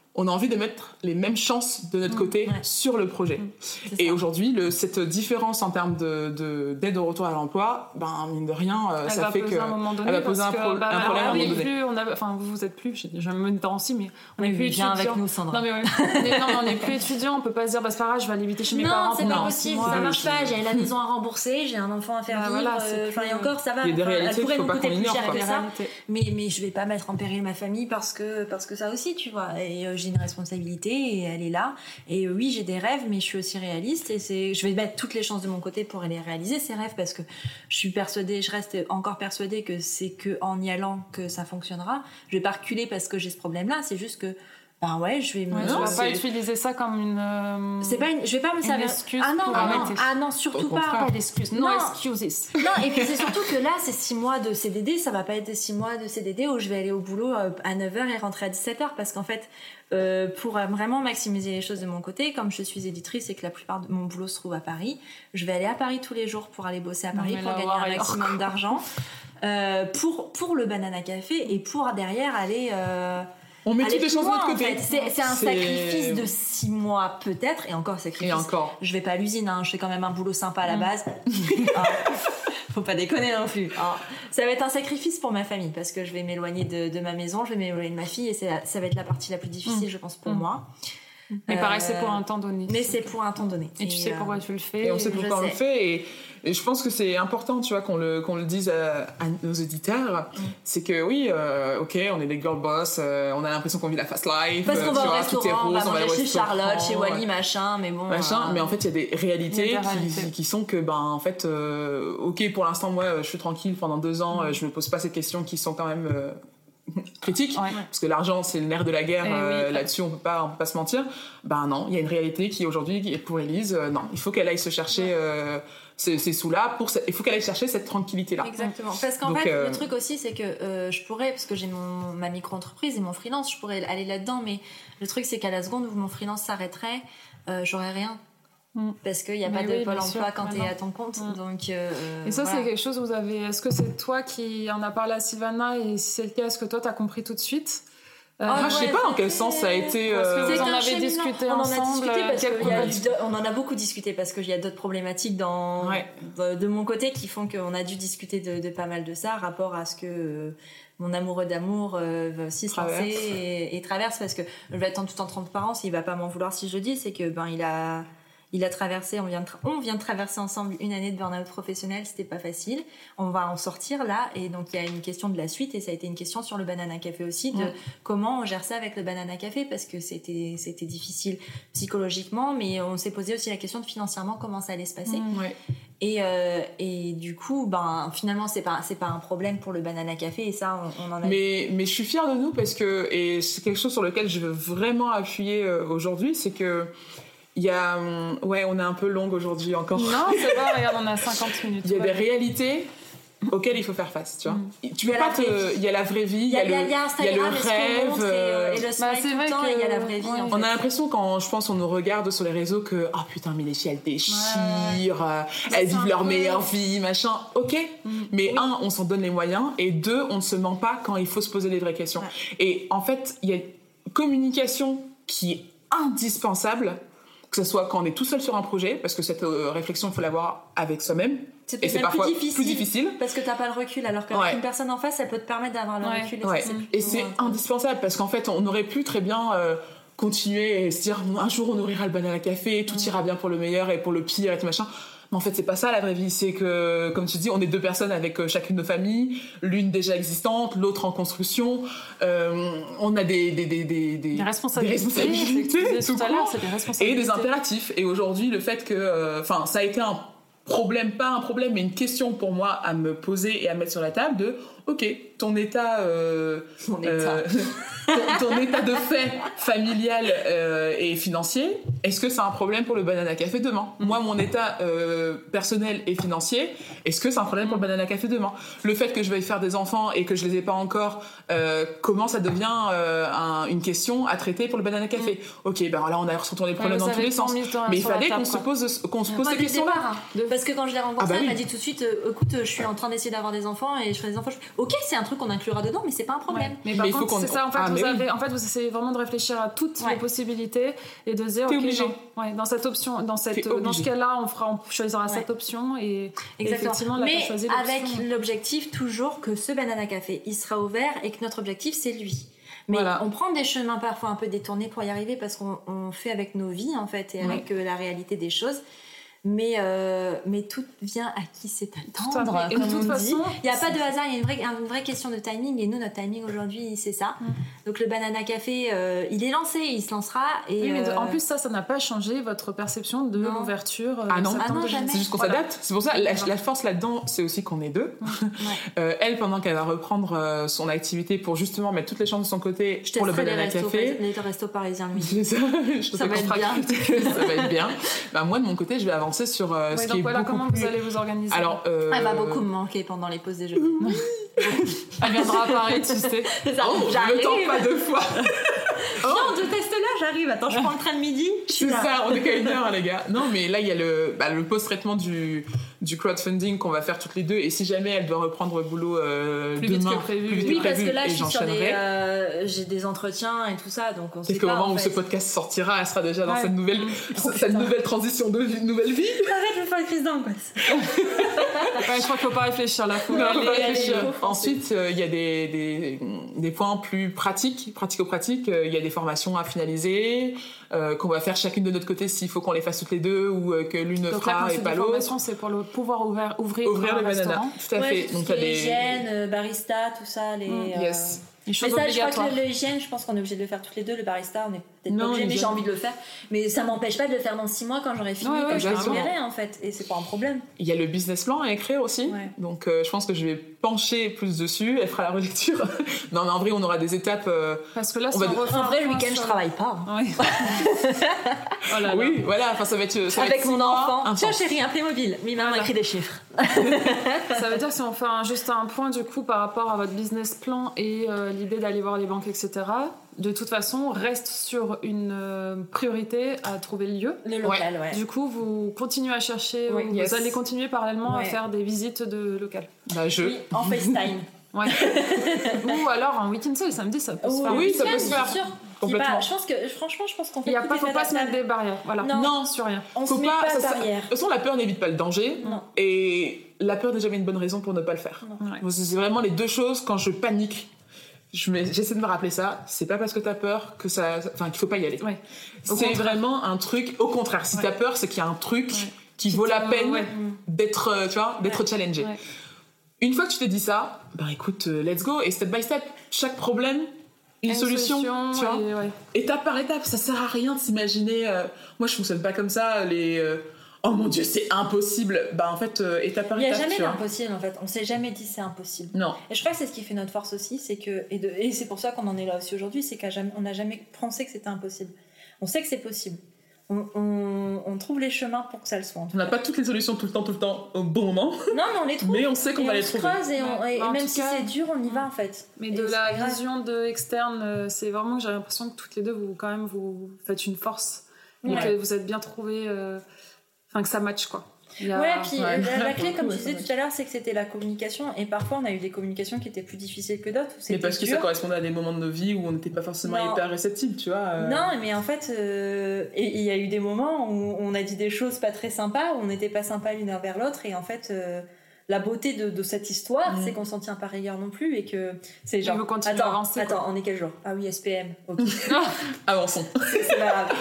on a envie de mettre les mêmes chances de notre mmh, côté ouais. sur le projet. Mmh, et ça. Aujourd'hui, le, cette différence en termes de, de, d'aide au retour à l'emploi, ben, mine de rien, elle ça fait que... Un moment donné, elle va poser un, pro- bah, un problème à un moment donné. Plus, on a, enfin, vous, vous êtes plus, je, je me mets aussi, mais on n'est plus étudiants. Avec nous, Sandra. Non, mais, mais non, on n'est plus étudiants, on peut pas se dire, bah, c'est pas grave, je vais aller éviter chez mes non, parents. Non, c'est pas possible, moi, ça marche pas. J'ai la maison à rembourser, j'ai un enfant à faire vivre. Enfin, et encore, ça va. Il y a des réalités qu'il faut pas qu'on ignore. Mais je vais pas mettre en péril ma famille parce que ça aussi, tu vois. Et j'ai une responsabilité. Et elle est là. Et oui, j'ai des rêves, mais je suis aussi réaliste. Et c'est, je vais mettre toutes les chances de mon côté pour les réaliser, ces rêves, parce que je suis persuadée, je reste encore persuadée que c'est qu'en y allant que ça fonctionnera. Je vais pas reculer parce que j'ai ce problème-là. C'est juste que, ben ouais, je vais me... Ouais, tu vas pas utiliser ça comme une... Euh, c'est pas une... Je vais pas me servir... excuse ah non, pour ah non, arrêter. Ah non, surtout pas. Pas d'excuses. No non. excuses. Non, et puis c'est surtout que là, c'est six mois de C D D. Ça va pas être des six mois de C D D où je vais aller au boulot à neuf heures et rentrer à dix-sept heures. Parce qu'en fait, euh, pour vraiment maximiser les choses de mon côté, comme je suis éditrice et que la plupart de mon boulot se trouve à Paris, je vais aller à Paris tous les jours pour aller bosser à Paris, pour gagner un maximum d'argent. Euh, pour, pour le Banana Café et pour derrière aller... Euh, On met toutes les chances de notre côté. En fait. C'est, c'est un c'est... sacrifice de six mois peut-être, et encore sacrifice. Et encore. Je vais pas à l'usine, hein, je fais quand même un boulot sympa à la base. ah, faut pas déconner non plus. Ah, ça va être un sacrifice pour ma famille parce que je vais m'éloigner de, de ma maison, je vais m'éloigner de ma fille et c'est la, ça va être la partie la plus difficile, mmh. je pense, pour mmh. moi. Mais euh, pareil, c'est pour un temps donné. Mais c'est pour un temps donné. Et, et tu sais euh, pourquoi tu le fais. Et on sait pourquoi on le fait. Et, et je pense que c'est important, tu vois, qu'on le, qu'on le dise à, à nos auditeurs. Mm. C'est que oui, euh, ok, on est des girl boss, euh, on a l'impression qu'on vit la fast life. Parce qu'on va au restaurant, on va manger chez restaurant, Charlotte, chez Wally, machin, mais bon. Machin, euh, mais en fait, il y a des réalités, y a des qui, réalités. qui sont que, ben, en fait, euh, ok, pour l'instant, moi, je suis tranquille pendant deux ans, mm. je me pose pas ces questions qui sont quand même. Euh, critique ouais. parce que l'argent c'est le nerf de la guerre euh, oui. Là-dessus on peut pas on peut pas se mentir. Ben non, il y a une réalité qui aujourd'hui pour Élise euh, non, il faut qu'elle aille se chercher euh, ces, ces sous là pour il faut qu'elle aille chercher cette tranquillité là. Exactement, parce qu'en Donc, fait euh... le truc aussi c'est que euh, je pourrais, parce que j'ai mon ma micro-entreprise et mon freelance, je pourrais aller là-dedans, mais le truc c'est qu'à la seconde où mon freelance s'arrêterait, euh, j'aurais rien. Mm. Parce qu'il n'y a mais pas de oui, Pôle emploi sûr, quand tu es à ton compte. Mm. Donc, euh, et ça, voilà. c'est quelque chose où vous avez. Est-ce que c'est toi qui en as parlé à Sylvana? Et si c'est le cas, est-ce que toi, tu as compris tout de suite? Euh, oh, ouais, je sais pas dans quel sens ça a été. Parce que vous en avez discuté on ensemble. En a discuté parce que y a eu, on en a beaucoup discuté parce qu'il y a d'autres problématiques dans, ouais. de, de mon côté qui font qu'on a dû discuter de, de pas mal de ça, rapport à ce que. Euh, mon amoureux d'amour euh, va aussi se lancer et, et traverse, parce que je vais être en toute en transparence, il va pas m'en vouloir si je le dis, c'est que ben il a. Il a traversé, on vient, de tra- on vient de traverser ensemble une année de burn-out professionnel, c'était pas facile. On va en sortir là, et donc il y a une question de la suite, et ça a été une question sur le Banana Café aussi, de mmh. comment on gère ça avec le Banana Café, parce que c'était, c'était difficile psychologiquement, mais on s'est posé aussi la question de financièrement comment ça allait se passer. Mmh, ouais. Et, euh, et du coup, ben, finalement, c'est pas, c'est pas un problème pour le Banana Café, et ça, on, on en a... Mais, mais je suis fière de nous, parce que, et c'est quelque chose sur lequel je veux vraiment appuyer euh, aujourd'hui, c'est que il y a, ouais, on est un peu longue aujourd'hui encore. Non, c'est pas, regarde, on a cinquante minutes. Il y a ouais. des réalités auxquelles il faut faire face, tu vois. Mm. Tu peux pas te, il y a la vraie vie, il y a le, il y a, il y a le rêve, euh, et le smile bah, tout le temps, et il y a la vraie vie. Ouais. En fait. On a l'impression quand, je pense, on nous regarde sur les réseaux que, ah oh, putain, mais les filles, elles déchirent, ouais. elles vivent leur meilleure vie, machin. Ok, mm. mais oui. un, on s'en donne les moyens, et deux, on ne se ment pas quand il faut se poser les vraies questions. Ouais. Et en fait, il y a une communication qui est indispensable, que ce soit quand on est tout seul sur un projet, parce que cette euh, réflexion, il faut l'avoir avec soi-même. C'est et c'est parfois plus difficile, plus difficile. Parce que t'as pas le recul, alors qu'avec ouais. une personne en face, elle peut te permettre d'avoir le ouais. recul. Et, ouais. c'est, et c'est indispensable, parce qu'en fait, on aurait pu très bien euh, continuer et se dire, un jour, on ouvrira le Banana Café, tout mmh. ira bien pour le meilleur et pour le pire et tout machin. Mais en fait, c'est pas ça la vraie vie. C'est que, comme tu dis, on est deux personnes avec chacune de nos familles, l'une déjà existante, l'autre en construction. Euh, on a des des des des, des, des responsabilités, des responsabilités tout, tout à l'heure, c'est des responsabilités. Et des impératifs. Et aujourd'hui, le fait que, enfin, euh, ça a été un problème, pas un problème, mais une question pour moi à me poser et à mettre sur la table de, ok, ton état, euh, ton, état. Euh, ton, ton état de fait familial euh, et financier, est-ce que c'est un problème pour le Banana Café demain? Mm. Moi, mon état euh, personnel et financier, est-ce que c'est un problème pour le Banana Café demain? Le fait que je veuille faire des enfants et que je les ai pas encore, euh, comment ça devient euh, un, une question à traiter pour le Banana Café? mm. Ok, ben là, on a retourné les problèmes ouais, dans tous les sens. Mais il fallait qu'on se pose, qu'on se pose Moi, ces questions-là. Départ, hein. Parce que quand je l'ai rencontré, ah bah elle oui. m'a dit tout de suite, euh, écoute, je suis en train d'essayer d'avoir des enfants et je fais des enfants. Je... ok, c'est un truc qu'on inclura dedans, mais c'est pas un problème. Ouais. Mais par mais contre, c'est ça, en fait, ah, vous avez, oui. en fait, vous essayez vraiment de réfléchir à toutes ouais. les possibilités et de dire, T'es ok, obligé. Non, ouais, dans cette option, dans, cette, dans ce cas-là, on, fera, on choisira ouais. cette option et, et effectivement, là, mais choisi avec l'objectif toujours que ce Banana Café, il sera ouvert et que notre objectif, c'est lui. Mais voilà. on prend des chemins parfois un peu détournés pour y arriver parce qu'on on fait avec nos vies, en fait, et ouais. avec euh, la réalité des choses. Mais, euh, mais tout vient à qui sait attendre. Et de toute façon, il n'y a pas de hasard, il y a une vraie, une vraie question de timing. Et nous, notre timing aujourd'hui, c'est ça. Mm. Donc le Banana Café, euh, il est lancé, il se lancera. Et oui, mais euh... en plus, ça, ça n'a pas changé votre perception de non. l'ouverture. Ah non, ah non c'est juste qu'on voilà. s'adapte. C'est pour ça, la, la force là-dedans, c'est aussi qu'on est deux. Mm. Ouais. euh, elle, pendant qu'elle va reprendre euh, son activité pour justement mettre toutes les chances de son côté Je pour le Banana les Café. Les restos parisiens, lui. C'est ça. Je ça, va être bien. ça va être bien. Bah, moi, de mon côté, je vais avancer sur euh, oui, ce donc qui voilà est beaucoup comment plus... vous allez vous organiser. Alors, euh... elle va beaucoup me manquer pendant les pauses déjeuner. Elle viendra à Paris, tu sais. Ça, oh, j'arrive. Ne tente pas deux fois. Oh. Non, de test là, j'arrive. Attends, je prends le train de midi. C'est là. Ça, on est qu'à une heure, hein, les gars. Non, mais là, il y a le, bah, le post-traitement du, du crowdfunding qu'on va faire toutes les deux. Et si jamais elle doit reprendre le boulot euh, plus demain, vite que prévu. Plus vite oui, que prévu, parce que là, je suis sur des, euh, j'ai des entretiens et tout ça, donc on sait pas. Qu'au moment en où fait. ce podcast sortira, elle sera déjà dans ouais. cette nouvelle, oh, cette nouvelle transition de vie, nouvelle vie. Arrête, je vais faire une crise d'angoisse. Ouais, je crois qu'il faut pas réfléchir là. Faut non, aller, faut pas réfléchir. aller, Ensuite, il euh, y a des, des, des points plus pratiques, pratico-pratiques. Il euh, y a des formations à finaliser, euh, qu'on va faire chacune de notre côté s'il faut qu'on les fasse toutes les deux ou euh, que l'une donc fera là, et pas l'autre. La formation, c'est pour le pouvoir ouvrir, ouvrir, ouvrir le banana. Tout à ouais, fait. Tout donc ce qui est des hygiène, barista, tout ça. Les, mm. euh... yes. Mais ça, je crois que l'hygiène, je pense qu'on est obligé de le faire toutes les deux. Le barista, on est peut-être non, pas obligé, mais j'ai envie de le faire. Mais ça m'empêche pas de le faire dans six mois quand j'aurai fini, ouais, quand ouais, je serai libérée, en fait. Et c'est pas un problème. Il y a le business plan à écrire aussi. Ouais. Donc, euh, je pense que je vais pencher plus dessus. Elle fera la relecture. Non, mais en vrai, on aura des étapes. Euh, Parce que là, on va de... en vrai, le week-end, je travaille pas. Ouais. oh là là. Oui, voilà. Enfin, ça va être. Ça Avec va être mon enfant. Tiens, chérie, un Playmobil. Oui, maman voilà. écrit des chiffres. Ça veut dire que si on fait un, juste un point, du coup, par rapport à votre business plan et euh, l'idée d'aller voir les banques, et cetera, de toute façon, reste sur une euh, priorité à trouver le lieu. Le local, ouais. ouais. Du coup, vous continuez à chercher, oui, vous yes. allez continuer parallèlement ouais. à faire des visites de local. Bah, je... Oui, en FaceTime. Ouais. Ou alors un week-end seul, samedi, ça peut oh, se faire. Oui, ça peut se faire. Sûr. Complètement. Pas, je pense que, franchement, je pense qu'on fait. Il y a pas, faut pas se mettre des barrières. Voilà. Non, non sur rien. On faut se met pas, pas de ça, barrières. De toute façon, la peur n'évite pas le danger. Non. Et la peur n'est jamais une bonne raison pour ne pas le faire. Ouais. C'est vraiment les deux choses. Quand je panique, je me, j'essaie de me rappeler ça. C'est pas parce que t'as peur que ça, enfin, qu'il faut pas y aller. Ouais. C'est contraire. Vraiment un truc. Au contraire, si ouais. t'as peur, c'est qu'il y a un truc ouais. qui, qui vaut la peine ouais. d'être, tu vois, d'être ouais. challengé. Ouais. Une fois que tu t'es dit ça, bah écoute, euh, let's go. Et step by step, chaque problème, une, une solution, solution, tu vois. Et ouais. Étape par étape, ça sert à rien de s'imaginer. Euh, moi, je fonctionne pas comme ça. Les euh, oh mon Dieu, c'est impossible. Bah en fait, euh, étape par étape. Il y a jamais d'impossible en fait. On s'est jamais dit c'est impossible. Non. Et je crois que c'est ce qui fait notre force aussi, c'est que et, de, et c'est pour ça qu'on en est là aussi aujourd'hui, c'est qu'on n'a jamais pensé que c'était impossible. On sait que c'est possible. On, on, on trouve les chemins pour que ça le soit. On n'a pas toutes les solutions tout le temps, tout le temps, au bon moment. Non, mais on les trouve. Mais on sait qu'on et va on les se trouver. Creuse et, on, et, et même si cas, c'est dur, on y va en fait. Mais et de la vision de externe, c'est vraiment que j'ai l'impression que toutes les deux, vous quand même, vous faites une force. Ouais. Et que vous êtes bien trouvés, euh, enfin que ça match quoi. A... Ouais, puis ouais. La, la clé, comme tu disais tout à l'heure, c'est que c'était la communication. Et parfois, on a eu des communications qui étaient plus difficiles que d'autres. Mais parce dur. que ça correspondait à des moments de nos vies où on n'était pas forcément non. hyper réceptifs, tu vois. Euh... Non, mais en fait, euh, il y a eu des moments où on a dit des choses pas très sympas, où on n'était pas sympas l'une envers l'autre. Et en fait, euh, la beauté de, de cette histoire, mmh. c'est qu'on s'en tient pas rigueur non plus. Et que c'est genre. Attends, à avancer, attends, on est quel jour ? Ah oui, S P M. Ok. Avançons. C'est, c'est pas grave.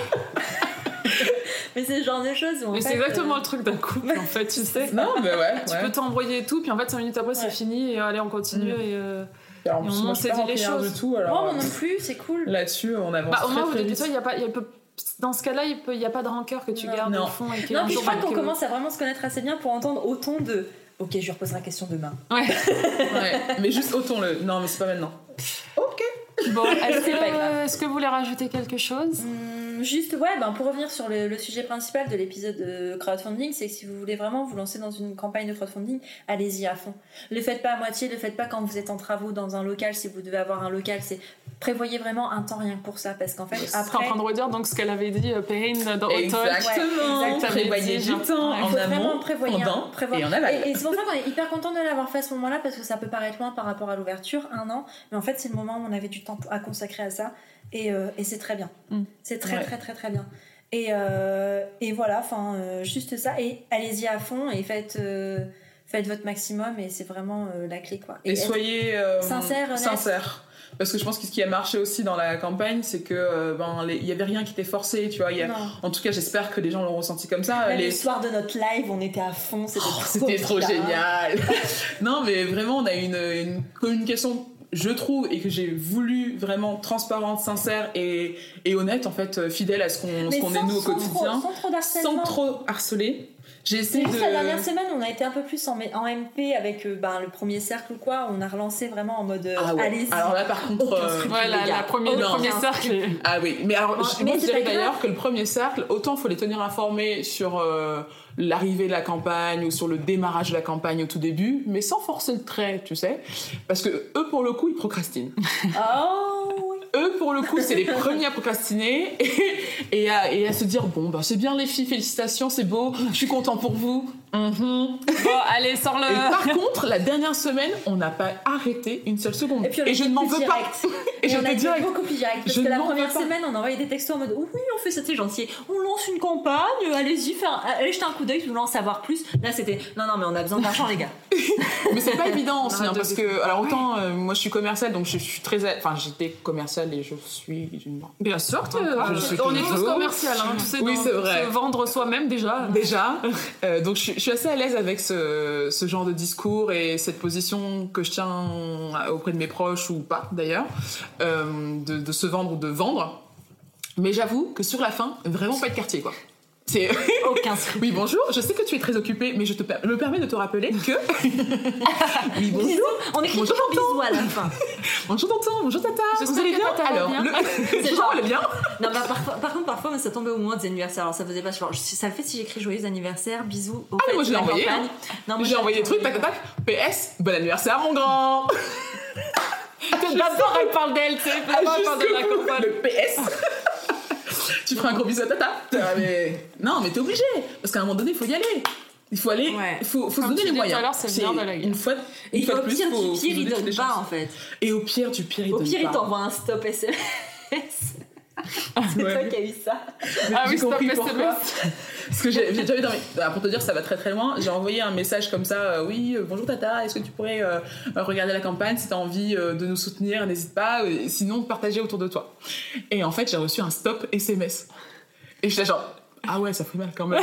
Mais c'est ce genre de choses où en mais fait, c'est exactement euh... le truc d'un couple en fait, tu sais. Non, mais ouais. Tu ouais. peux t'envoyer tout, puis en fait cinq minutes après ouais. c'est fini et allez on continue mmh. et, euh... et alors, au moins on s'est dit les choses. Du tout, alors, moi non plus, c'est cool. Là-dessus, on avance bah, au moins, très très vite. Il y a pas, il y a peu... Dans ce cas-là, il peut, il y a pas de rancœur que tu non. gardes non. au fond. Et que non, puis je crois qu'on que... commence à vraiment se connaître assez bien pour entendre autant de. Ok, je lui reposerai la question demain. Ouais. ouais. Mais juste autant le. Non, mais c'est pas maintenant. Ok. Bon, est-ce que, euh, est-ce que vous voulez rajouter quelque chose? mmh, Euh, juste, ouais, ben, pour revenir sur le, le sujet principal de l'épisode de crowdfunding, c'est que si vous voulez vraiment vous lancer dans une campagne de crowdfunding, allez-y à fond. Le faites pas à moitié, le faites pas quand vous êtes en travaux dans un local, si vous devez avoir un local, c'est prévoyez vraiment un temps rien que pour ça, parce qu'en fait, après... en train de redire donc ce qu'elle avait dit, euh, Perrine, dans Hot Talk. Exactement, ouais, prévoyez du temps ouais, en amont, prévoyez pendant un, prévoir. et en aval. Et, et c'est pour ça qu'on est hyper content de l'avoir fait à ce moment-là, parce que ça peut paraître loin par rapport à l'ouverture, un an, mais en fait, c'est le moment où on avait du temps à consacrer à ça, et, euh, et c'est très bien. Mm. C'est très, ouais. très, très, très bien. Et, euh, et voilà, enfin, euh, juste ça, et allez-y à fond, et faites... Euh, faites votre maximum et c'est vraiment euh, la clé quoi. Et, et soyez euh, sincère, sincère. Parce que je pense que ce qui a marché aussi dans la campagne, c'est que euh, ben il y avait rien qui était forcé, tu vois. Y a, en tout cas, j'espère que les gens l'ont ressenti comme ça. Même les... le soir de notre live, on était à fond, c'était oh, trop, c'était trop génial. Non, mais vraiment, on a une, une communication. Je trouve, et que j'ai voulu vraiment transparente, sincère et, et honnête, en fait, fidèle à ce qu'on, ce qu'on est nous au quotidien. Trop, sans trop d'harcèlement. Sans trop harceler. J'ai essayé de... La dernière semaine, on a été un peu plus en, en M P avec euh, ben, le premier cercle ou quoi. On a relancé vraiment en mode euh, ah ouais. allez-y. Alors là, par contre, euh... ouais, la, la première, le premier cercle. Ah oui, mais alors, bon, je, mais moi, je dirais d'ailleurs que le premier cercle, autant il faut les tenir informés sur euh, l'arrivée de la campagne ou sur le démarrage de la campagne au tout début, mais sans forcer le trait, tu sais, parce que eux, pour le coup, ils procrastinent. Oh oui. Eux, pour le coup, c'est les premiers à procrastiner et, et, à, et à se dire bon, ben, c'est bien les filles, félicitations, c'est beau, je suis content pour vous. Mm-hmm. Bon, allez, sors-le. Et par contre, la dernière semaine, on n'a pas arrêté une seule seconde. Et, puis et je ne m'en veux direct. pas. Et, et je on a été direct. beaucoup plus direct. Parce je que la première semaine, on envoyait des textos en mode oui, on fait ça, c'est gentil. On lance une campagne, allez-y, faire, allez jeter un coup d'œil, je voulais en savoir plus. Là, c'était non, non, mais on a besoin d'argent, les gars. Mais c'est pas évident aussi, hein, parce que, alors autant, euh, moi je suis commerciale, donc je suis très. Enfin, j'étais commerciale et je suis. Une... Bien sûr que je suis on est tous commerciales, hein, tu sais, oui, dans, c'est vrai. Se vendre soi-même déjà. Déjà. euh, donc je, je suis assez à l'aise avec ce, ce genre de discours et cette position que je tiens auprès de mes proches ou pas d'ailleurs, euh, de, de se vendre ou de vendre. Mais j'avoue que sur la fin, vraiment pas de quartier quoi. C'est... Aucun souci. Oui, bonjour, je sais que tu es très occupée, mais je te per- me permets de te rappeler que... Oui, bonjour. Bisous. On écrit bonjour, toujours bisous à la fin. Bonjour tonton, bonjour tata. J'espère vous allez que bien tata alors, va bien. le... C'est genre, elle est bien. Non, bah, par, par contre, parfois, ça tombait au moment des anniversaires. Alors, ça faisait pas genre, ça le fait si j'écris joyeux anniversaire, bisous. Au ah, fait, moi, je l'ai envoyé. Hein. Non, moi, j'ai envoyé des trucs, tac, tac, tac. P S, bon anniversaire, mon grand. D'abord, elle parle d'elle, tu sais. D'abord, elle parle de la campagne. Le P S. Tu feras un gros bisou à tata. Mais... Non, mais t'es obligé. Parce qu'à un moment donné, il faut y aller. Il faut aller, il ouais. faut, faut se donner les moyens. Alors, c'est, c'est bien de la une fois, une et fois au de plus, pire faut, du pire, il donne pas en fait. Et au pire du pire, il au donne pire, pas. il t'envoie un stop S M S. C'est ouais. toi qui as eu ça. Mais ah oui, stop S M S. Pourquoi. Parce que j'ai, j'ai déjà eu dans mes... Alors, pour te dire, ça va très très loin. J'ai envoyé un message comme ça. Euh, oui, euh, bonjour tata, est-ce que tu pourrais euh, regarder la campagne si t'as envie euh, de nous soutenir, n'hésite pas. Euh, sinon, partager autour de toi. Et en fait, j'ai reçu un stop S M S. Et j'étais genre, ah ouais, ça fait mal quand même.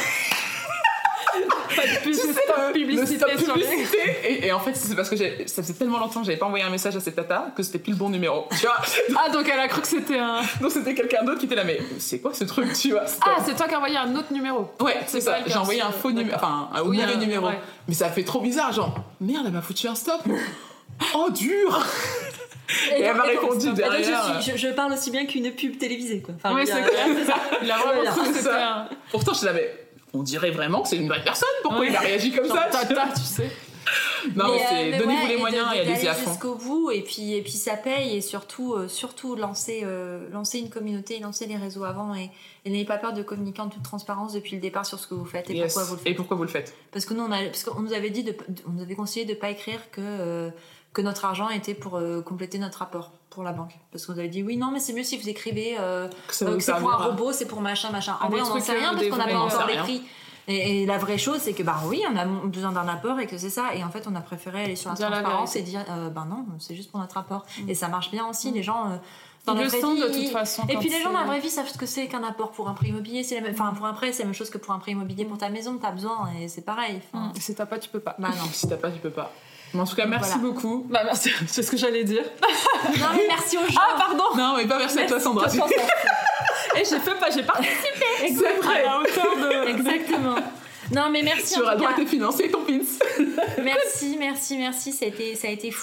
Pas de plus tu de sais, stop le, publicité, le stop sur publicité. Les... Et, et en fait, c'est parce que j'ai, ça faisait tellement longtemps que j'avais pas envoyé un message à cette tata que c'était plus le bon numéro. Tu vois. Ah, donc elle a cru que c'était un. Donc c'était quelqu'un d'autre qui était là, mais c'est quoi ce truc, tu vois. Stop. Ah, c'est toi qui as envoyé un autre numéro. Ouais, c'est, c'est ça. J'ai envoyé un faux numéro, enfin un oui, mauvais numéro. Ouais. Mais ça fait trop bizarre, genre, merde, elle m'a foutu un stop. Oh, dur. Et, et elle m'a répondu derrière. Je, suis, je, je parle aussi bien qu'une pub télévisée, quoi. Enfin, oui, c'est clair. C'est ça. Il a vraiment cru que c'était un. Pourtant, je l'avais. On dirait vraiment que c'est une vraie personne. Pourquoi oui. il a réagi comme genre, ça tata, tu sais. Non, mais, mais c'est, donnez-vous ouais, les moyens et, de, et allez-y à fond. Jusqu'au bout, et puis, et puis ça paye, et surtout, euh, surtout lancer, euh, lancer une communauté, lancer les réseaux avant, et, et n'ayez pas peur de communiquer en toute transparence depuis le départ sur ce que vous faites et yes. pourquoi vous le faites. Et pourquoi vous le faites. Parce que nous, on, a, parce qu'on nous avait dit, de, on nous avait conseillé de ne pas écrire que, euh, que notre argent était pour euh, compléter notre rapport pour la banque. Parce qu'on nous avait dit, oui, non, mais c'est mieux si vous écrivez euh, que, ça euh, que c'est pour un robot, c'est pour machin, machin. En vrai, on n'en sait rien parce qu'on n'a pas encore les prix. Et, et la vraie chose, c'est que bah oui, on a besoin d'un apport et que c'est ça. Et en fait, on a préféré aller sur la dire transparence la et dire, euh, ben non, c'est juste pour notre apport. Mmh. Et ça marche bien aussi. Mmh. Les gens, euh, dans ils la le vraie sont vie, de toute façon. Et puis les gens dans la vraie vie savent ce que c'est qu'un apport pour un prêt immobilier. C'est la même, enfin pour un prêt, c'est la même chose que pour un prêt immobilier pour ta maison. T'as besoin et c'est pareil. Mmh. Si t'as pas, tu peux pas. Bah non. Si t'as pas, tu peux pas. Mais en tout cas, merci voilà. beaucoup. Bah merci. C'est ce que j'allais dire. Non mais merci aux gens. Ah pardon. Non mais pas merci, merci à toi Sandra. Et j'ai fait pas, j'ai participé. Exactement. À la hauteur de. Exactement. Non mais merci. Tu auras droit à tes financer ton pins. Merci, merci, merci. Ça a été, ça a été fou.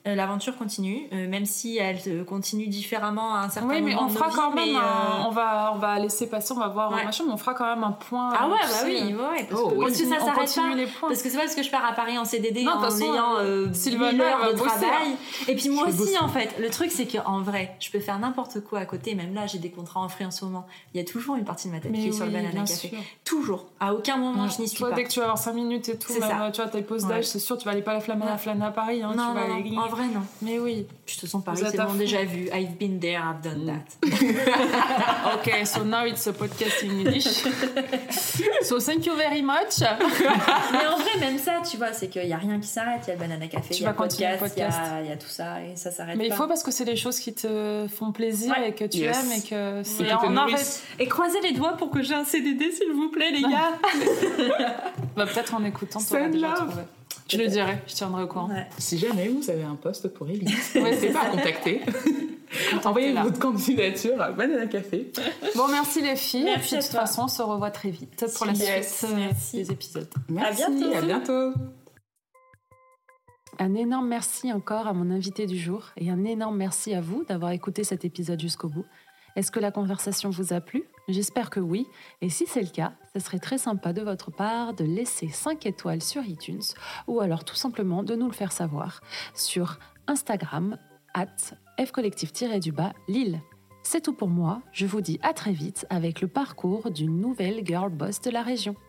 Euh, l'aventure continue, euh, même si elle euh, continue différemment à un certain moment. Oui, mais on fera vie, quand même. mais, un, euh... on va, on va laisser passer, on va voir ouais. un machin, mais on fera quand même un point. Ah ouais, bah sais, oui, ouais, parce, oh, que, oui. parce que ça on s'arrête continue pas. Les points. Parce que c'est pas parce que je pars à Paris en C D D non, en façon, ayant euh, Sylvana mille heures de bosser, travail. Et puis moi je aussi, en fait, le truc c'est qu'en vrai, je peux faire n'importe quoi à côté. Même là, j'ai des contrats en free en ce moment. Il y a toujours une partie de ma tête mais qui est oui, sur le Banana Café. Sûr. Toujours. À aucun moment, ouais. je n'y suis toi, pas. Dès que tu vas avoir cinq minutes et tout, c'est même, ça. tu vois, tes pauses d'âge, ouais. c'est sûr, tu vas aller pas la flâner, ouais. la flâner à Paris. Hein, non, tu vas non, aller... non, en vrai, non. Mais oui. Je te sens Paris, c'est bon, déjà vu. I've been there, I've done that. Okay, so now it's a podcast in English. So thank you very much. Mais en vrai, même ça, tu vois, c'est qu'il n'y a rien qui s'arrête. Il y a le Banana Café, il y a le podcast, il y, a, y a tout ça, et ça s'arrête Mais pas. il faut parce que c'est des choses qui te font plaisir ouais. et que tu yes. aimes et que c'est et en arrête. Et croisez les doigts pour que j'ai un C D D, s'il vous plaît, les gars. Bah, peut-être en écoutant, tu auras déjà trouvé. Je le dirai, je tiendrai au courant. Ouais. Si jamais vous avez un poste pour Élise, n'hésitez pas à contacter. Envoyez votre candidature à Banana Café. Bon, merci les filles. Merci et puis de toute façon, on se revoit très vite pour la yes. suite merci. des épisodes. Merci, à bientôt. À bientôt. Un énorme merci encore à mon invité du jour et un énorme merci à vous d'avoir écouté cet épisode jusqu'au bout. Est-ce que la conversation vous a plu ? J'espère que oui. Et si c'est le cas, ce serait très sympa de votre part de laisser cinq étoiles sur iTunes ou alors tout simplement de nous le faire savoir sur Instagram arobase f collectif tiret du bas Lille. C'est tout pour moi. Je vous dis à très vite avec le parcours d'une nouvelle girl boss de la région.